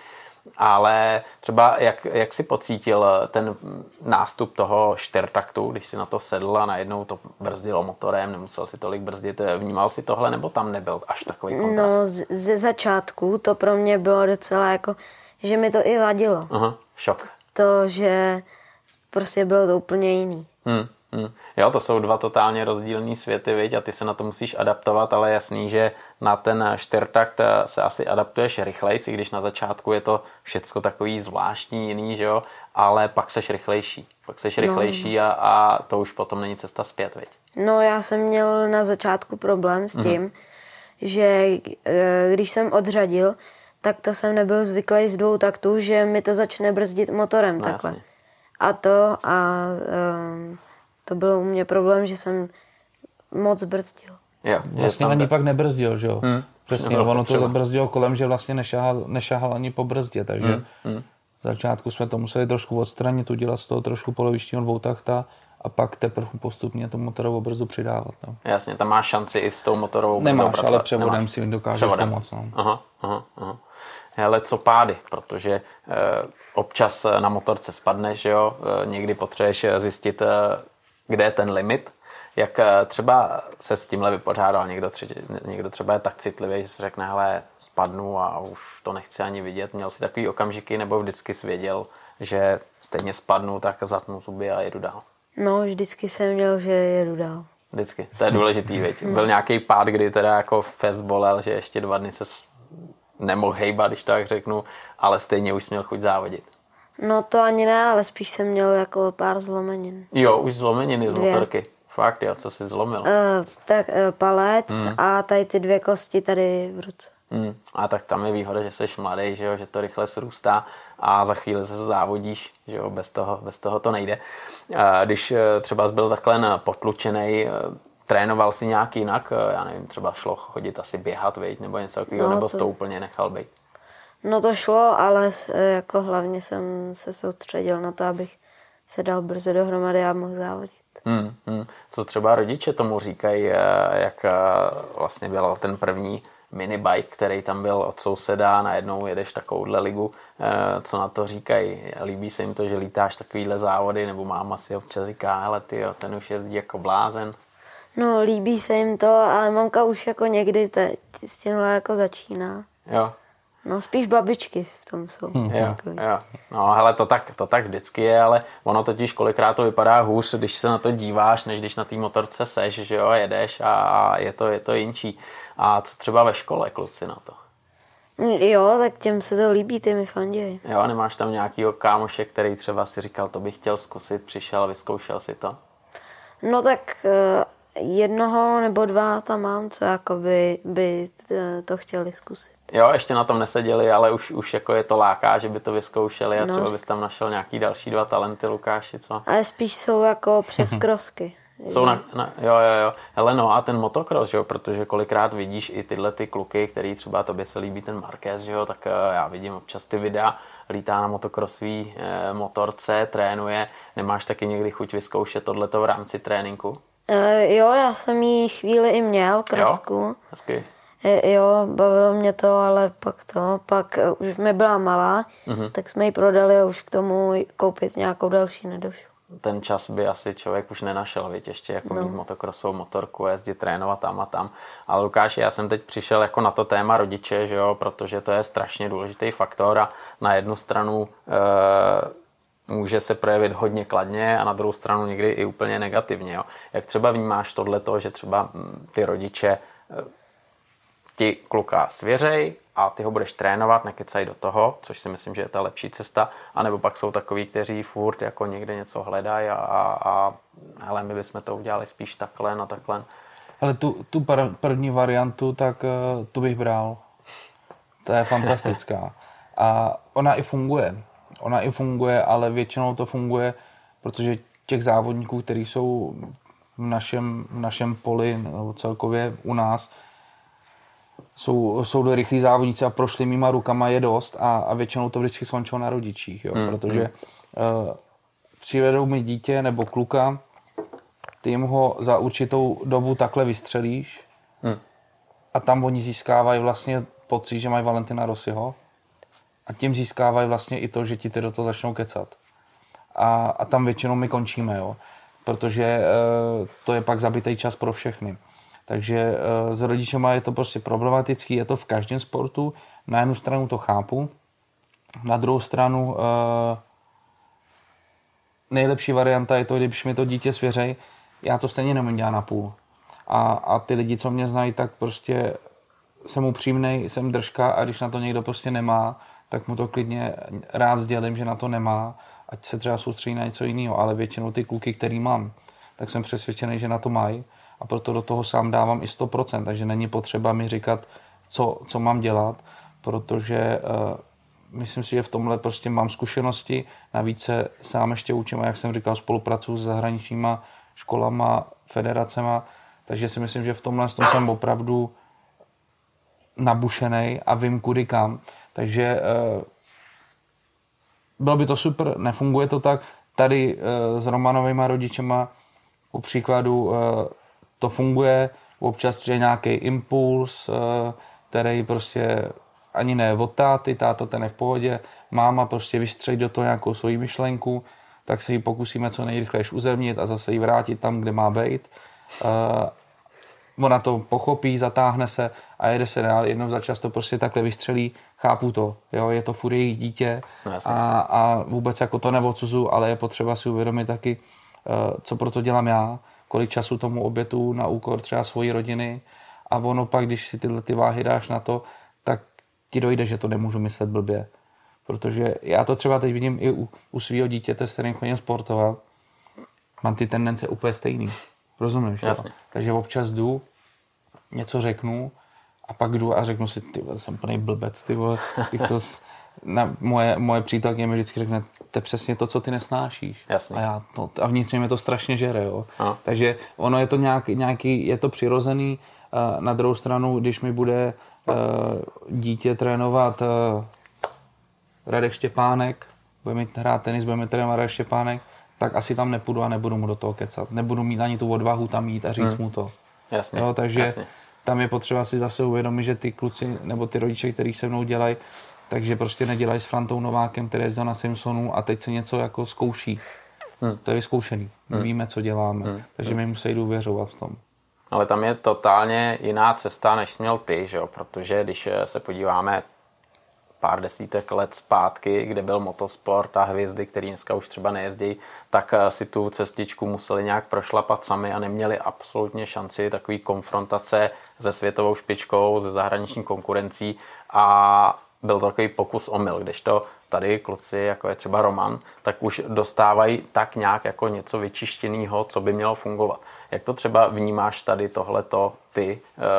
ale třeba jak, jak jsi pocítil ten nástup toho čtyřtaktu, když si na to sedl a najednou to brzdilo motorem, nemusel si tolik brzdit, vnímal si tohle, nebo tam nebyl až takový kontrast? No, ze začátku to pro mě bylo docela jako, že mi to i vadilo. Aha, šok. To, že prostě bylo to úplně jiný. Hmm, hmm. Jo, to jsou dva totálně rozdílný světy, viď? A ty se na to musíš adaptovat, ale jasný, že na ten čtyřtakt se asi adaptuješ rychlejc, i když na začátku je to všecko takový zvláštní, jiný, že jo, ale pak seš rychlejší. Pak seš rychlejší no. a, a to už potom není cesta zpět, viď? No, já jsem měl na začátku problém s tím, mm. že když jsem odřadil, tak to jsem nebyl zvyklý z dvou taktů, že mi to začne brzdit motorem no, takhle. Jasně. A to a um, to bylo u mě problém, že jsem moc brzdil. Jo, vlastně ani pak nebrzdil, že jo? Hmm. Přesně, ono to zabrzdilo kolem, že vlastně nešahal, nešahal ani po brzdě, takže hmm. Hmm. v začátku jsme to museli trošku odstranit, udělat z toho trošku polovičního dvoutakta a pak teprve postupně tu motorovou brzdu přidávat. No. Jasně, tam máš šanci i s tou motorovou brzdou Nemáš, pracovat. ale převodem Nemáš. si dokážeš převodem. pomoct. No. Aha, aha, aha. Ale co pády, protože e, občas na motorce spadneš, jo? E, někdy potřebuješ zjistit, e, kde je ten limit. Jak e, třeba se s tímhle vypořádal někdo, tři, někdo třeba je tak citlivý, že si řekne, hele, spadnu a už to nechci ani vidět. Měl jsi takový okamžiky, nebo vždycky jsi věděl, že stejně spadnu, tak zatnu zuby a jedu dál? No, vždycky jsem měl, že jedu dál. Vždycky, to je důležitý, viď? Byl nějaký pád, kdy teda jako fest bolel, že ještě dva dny se nemohl hejbat, když tak řeknu, ale stejně už jsi měl chuť závodit. No to ani ne, ale spíš jsem měl jako pár zlomenin. Jo, už zlomeniny z motorky. Fakt, jo, co jsi zlomil? Uh, tak uh, palec hmm. a tady ty dvě kosti tady v ruce. Hmm. A tak tam je výhoda, že jsi mladý, že, jo, že to rychle srůstá a za chvíli se závodíš, že jo, bez toho, bez toho to nejde. Uh, když uh, třeba jsi byl takhle potlučenej, uh, trénoval si nějak jinak, uh, já nevím, třeba šlo chodit asi běhat, viď, nebo něco takového, no, nebo jsi to úplně nechal být? No to šlo, ale jako hlavně jsem se soustředil na to, abych se dal brzo dohromady a mohl závodit. Hmm, hmm. Co třeba rodiče tomu říkají, jak vlastně byl ten první minibike, který tam byl od souseda a najednou jedeš takovouhle ligu, co na to říkají? Líbí se jim to, že lítáš takovýhle závody, nebo máma si občas říká, hele tyjo, ten už jezdí jako blázen? No líbí se jim to, ale mamka už jako někdy teď s tímhle jako začíná. Jo. No spíš babičky v tom jsou. Hmm. Jo, jo. No hele, to tak, to tak vždycky je, ale ono totiž kolikrát to vypadá hůř, když se na to díváš, než když na té motorce seš, že jo, jedeš a je to, je to jinčí. A co třeba ve škole, kluci, na to? Jo, tak těm se to líbí, ty mi fandějí. Jo, nemáš tam nějakýho kámoše, který třeba si říkal, to bych chtěl zkusit, přišel a vyzkoušel si to? No tak jednoho nebo dva tam mám, co jakoby by to chtěli zkusit. Jo, ještě na tom neseděli, ale už, už jako je to láká, že by to vyzkoušeli a no. třeba bys tam našel nějaký další dva talenty, Lukáši, co? Ale spíš jsou jako přes krosky. Jsou na, na, jo, jo, jo. Hele, no a ten motocross, jo, protože kolikrát vidíš i tyhle ty kluky, který třeba tobě se líbí ten Marquez, jo, tak já vidím občas ty videa, lítá na motocrossový eh, motorce, trénuje. Nemáš taky někdy chuť vyzkoušet tohleto v rámci tréninku? E, jo, já jsem jí chvíli i měl, krosku. Jo, hezky. E, jo, bavilo mě to, ale pak to, pak už mi byla malá, mm-hmm. tak jsme ji prodali a už k tomu koupit nějakou další nedošlo. Ten čas by asi člověk už nenašel, víš, ještě jako no. mít motokrosovou motorku, jezdit, trénovat tam a tam. Ale Lukáši, já jsem teď přišel jako na to téma rodiče, že jo, protože to je strašně důležitý faktor a na jednu stranu e, může se projevit hodně kladně a na druhou stranu někdy i úplně negativně, jo. Jak třeba vnímáš tohleto, že třeba ty rodiče e, ti kluka svěřej a ty ho budeš trénovat, nekecají do toho, což si myslím, že je ta lepší cesta, anebo pak jsou takový, kteří furt jako někde něco hledají a, a, a hele, my bychom to udělali spíš takhle, no takhle. Ale tu, tu první variantu, tak tu bych bral. To je fantastická. A ona i funguje. Ona i funguje, ale většinou to funguje, protože těch závodníků, kteří jsou v našem, v našem poli, nebo celkově u nás, jsou, jsou do rychlí závodníci a prošli mýma rukama je dost a, a většinou to vždycky skončilo na rodičích, jo? Hmm. Protože uh, přivedou mi dítě nebo kluka, ty jim ho za určitou dobu takhle vystřelíš hmm. a tam oni získávají vlastně pocit, že mají Valentina Rossiho a tím získávají vlastně i to, že ti ty do toho začnou kecat. A, a tam většinou my končíme, jo? Protože uh, to je pak zabitý čas pro všechny. Takže uh, s rodičema je to prostě problematický, je to v každém sportu. Na jednu stranu to chápu, na druhou stranu uh, nejlepší varianta je to, když mi to dítě svěřej, já to stejně nemůžu dělat na půl. A, a ty lidi, co mě znají, tak prostě jsem upřímnej, jsem držka a když na to někdo prostě nemá, tak mu to klidně rád sdělím, že na to nemá, ať se třeba soustředí na něco jiného, ale většinou ty kluky, který mám, tak jsem přesvědčený, že na to mají. A proto do toho sám dávám i sto procent, takže není potřeba mi říkat, co, co mám dělat, protože uh, myslím si, že v tomhle prostě mám zkušenosti, navíc se sám ještě učím a jak jsem říkal, spolupracuji s zahraničníma školama, federacema, takže si myslím, že v tomhle jsem opravdu nabušenej a vím kudy kam. Takže uh, bylo by to super, nefunguje to tak. Tady uh, s Romanovejma rodičema ku příkladu uh, to funguje, občas přijde nějaký impuls, který prostě ani ne od táty, táta ten je v pohodě, máma prostě vystřelí do toho nějakou svoji myšlenku, tak se ji pokusíme co nejrychleji uzemnit a zase ji vrátit tam, kde má být. Uh, ona to pochopí, zatáhne se a jede se dál, jednou za čas to prostě takhle vystřelí, chápu to, jo, je to furt jejich dítě a, a vůbec jako to neodsuzu, ale je potřeba si uvědomit taky, uh, co pro to dělám já, kolik času tomu obětu na úkor třeba svojí rodiny a ono pak, když si tyhle ty váhy dáš na to, tak ti dojde, že to nemůžu myslet blbě. Protože já to třeba teď vidím i u, u svého dítěte, s kterým chodím sportovat, mám ty tendence úplně stejný. Rozumíš? Jasně. Takže občas jdu, něco řeknu a pak jdu a řeknu si, ty vole, jsem plný blbec, ty vole, to na, moje, moje přítelkyně mi vždycky řekne, to je přesně to, co ty nesnášíš. Jasně. A já to, a vnitřně mě to strašně žere, jo. No. Takže ono je to nějaký, nějaký je to přirozený. Na druhou stranu, když mi bude uh, dítě trénovat uh, Radek Štěpánek, bude mi hrát tenis, bude mi trénovat Radek Štěpánek, tak asi tam nepůjdu a nebudu mu do toho kecat. Nebudu mít ani tu odvahu tam jít a říct hmm. mu to. Jasně. Jo, takže Jasně. tam je potřeba si zase uvědomit, že ty kluci nebo ty rodiče, kteří se mnou dělají, takže prostě nedělají s Frantou Novákem, který jezdil na Simpsonu a teď se něco jako zkouší. Hmm. To je vyzkoušený. My hmm. víme, co děláme, hmm. takže my musí důvěřovat v tom. Ale tam je totálně jiná cesta, než měl ty, že jo? Protože když se podíváme pár desítek let zpátky, kde byl motosport a hvězdy, který dneska už třeba nejezdí, tak si tu cestičku museli nějak prošlapat sami a neměli absolutně šanci takový konfrontace se světovou špičkou, se zahraniční konkurencí a byl to takový pokus omyl, kdežto tady kluci, jako je třeba Roman, tak už dostávají tak nějak jako něco vyčištěného, co by mělo fungovat. Jak to třeba vnímáš tady tohleto ty?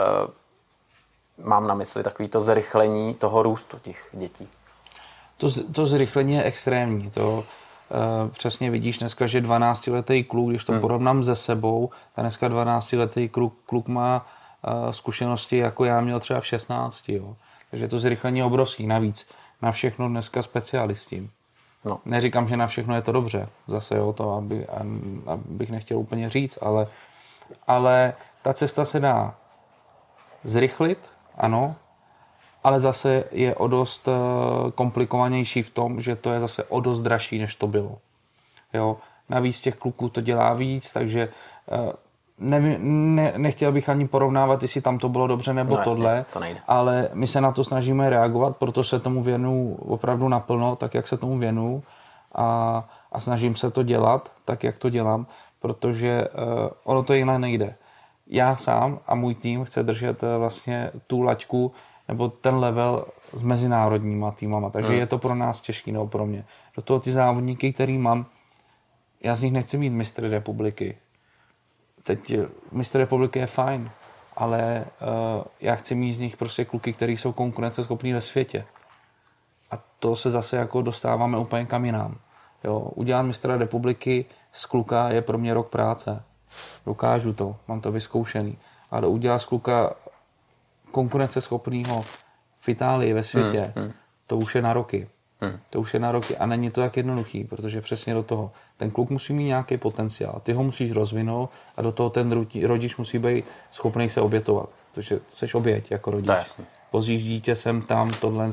E, mám na mysli takový to zrychlení toho růstu těch dětí. To, to zrychlení je extrémní. To e, přesně vidíš dneska, že dvanáctiletý kluk, když to hmm. porovnám se sebou, a dneska dvanáctiletý kluk, kluk má e, zkušenosti, jako já měl třeba v šestnácti. Jo. Takže to zrychlení je obrovský. Navíc na všechno dneska specialisti. No. Neříkám, že na všechno je to dobře. Zase jo, to aby, abych nechtěl úplně říct, ale, ale ta cesta se dá zrychlit, ano, ale zase je o dost komplikovanější v tom, že to je zase o dost dražší, než to bylo. Jo. Navíc těch kluků to dělá víc, takže ne, ne, nechtěl bych ani porovnávat, jestli tam to bylo dobře nebo no, tohle, jasně, to nejde. Ale my se na to snažíme reagovat, proto se tomu věnu opravdu naplno, tak jak se tomu věnu a, a snažím se to dělat tak, jak to dělám, protože uh, ono to jinak nejde. Já sám a můj tým chce držet uh, vlastně tu laťku nebo ten level s mezinárodníma týmama, takže hmm. je to pro nás těžký, nebo pro mě. Do toho ty závodníky, který mám, já z nich nechci mít mistry republiky. Teď mistr republiky je fajn, ale uh, já chci mít z nich prostě kluky, který jsou konkurenceschopní ve světě. A to se zase jako dostáváme úplně kam jinam. Jo, udělat mistra republiky z kluka je pro mě rok práce. Dokážu to, mám to vyzkoušený. Ale udělat z kluka konkurenceschopného v Itálii, ve světě, hmm, hmm. to už je na roky. Hmm. To už je na roky a není to tak jednoduchý, protože přesně do toho ten kluk musí mít nějaký potenciál, ty ho musíš rozvinout a do toho ten rodič musí být schopný se obětovat, protože jsi oběť jako rodič. Vozíš dítě sem, tam, tohle.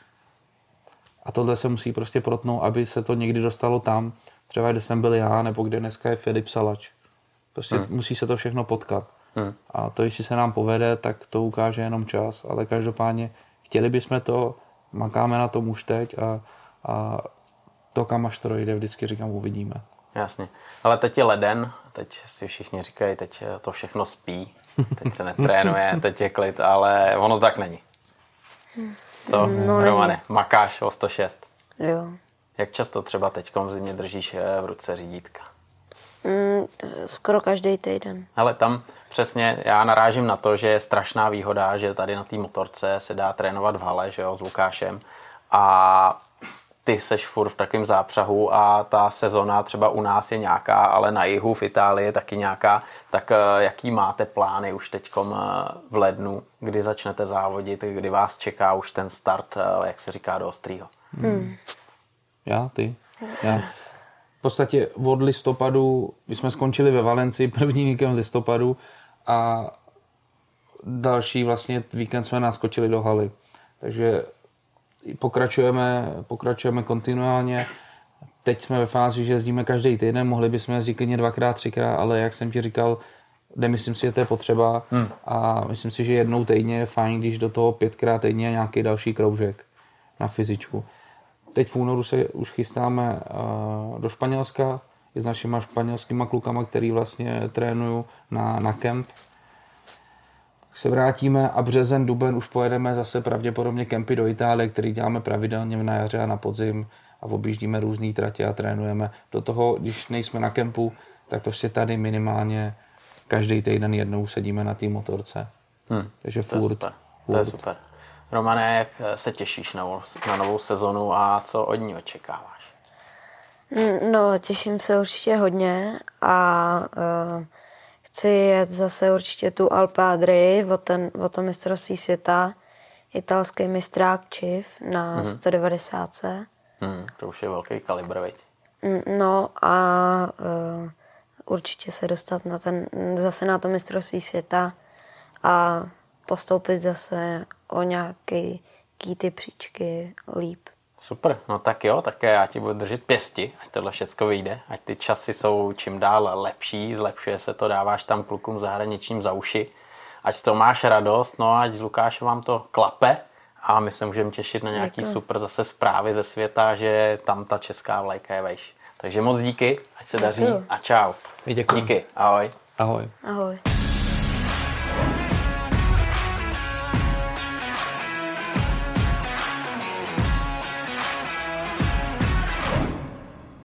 A tohle se musí prostě protnout, aby se to někdy dostalo tam, třeba kde jsem byl já, nebo kde dneska je Filip Salač. Prostě hmm. musí se to všechno potkat. Hmm. A to, jestli se nám povede, tak to ukáže jenom čas, ale každopádně chtěli bychom to, makáme na tom už teď a, a to, kam až to dojde, vždycky říkám, uvidíme. Jasně. Ale teď je leden, teď si všichni říkají, teď to všechno spí, teď se netrénuje, teď je klid, ale ono tak není. Co, no, Romane, není. Makáš o sto šest. Jo. Jak často třeba teďkom v zimě držíš v ruce řídítka? Mm, skoro každý týden. Ale tam přesně já narážím na to, že je strašná výhoda, že tady na té motorce se dá trénovat v hale, že jo, s Lukášem a ty seš furt v takovém zápřahu a ta sezona třeba u nás je nějaká, ale na jihu v Itálii je taky nějaká, tak jaký máte plány už teďkom v lednu, kdy začnete závodit, kdy vás čeká už ten start, jak se říká, do ostrýho? Hmm. Já, ty. Já. V podstatě od listopadu, my jsme skončili ve Valencii první víkend v listopadu a další vlastně víkend jsme naskočili do haly. Takže pokračujeme, pokračujeme kontinuálně. Teď jsme ve fázi, že jezdíme každý týden, mohli bychom jezdit klidně dvakrát, třikrát, ale jak jsem ti říkal, nemyslím si, že to je potřeba hmm. a myslím si, že jednou týdně je fajn, když do toho pětkrát týdně je nějaký další kroužek na fyzičku. Teď v únoru se už chystáme uh, do Španělska i s našima španělskýma klukama, který vlastně trénuju na, na kemp. Se vrátíme a březen, duben už pojedeme zase pravděpodobně kempy do Itálie, který děláme pravidelně na jaře a na podzim a objíždíme různé tratě a trénujeme. Do toho, když nejsme na kempu, tak prostě tady minimálně každý týden jednou sedíme na té motorce. Hmm. Takže to furt, je super. furt. To je super. Romane, jak se těšíš na, na novou sezonu a co od ní očekáváš? No, těším se určitě hodně a uh, chci jet zase určitě tu Alpe Adrii o, ten, o to mistrovství světa, italský mistrák Čiv na mm-hmm. sto devadesát. Hmm, to už je velký kalibr, veď? No a uh, určitě se dostat na ten, zase na to mistrovství světa a postoupit zase o nějaký ty příčky líp. Super, no tak jo, tak já ti budu držet pěsti, ať tohle všecko vyjde, ať ty časy jsou čím dál lepší, zlepšuje se to, dáváš tam klukům zahraničním za uši, ať z toho máš radost, no ať z Lukáše vám to klape a my se můžeme těšit na nějaký Děkuji. super zase zprávy ze světa, že tam ta česká vlajka je vejš. Takže moc díky, ať se daří a čau. Děkuji. Díky, ahoj. Ahoj. Ahoj.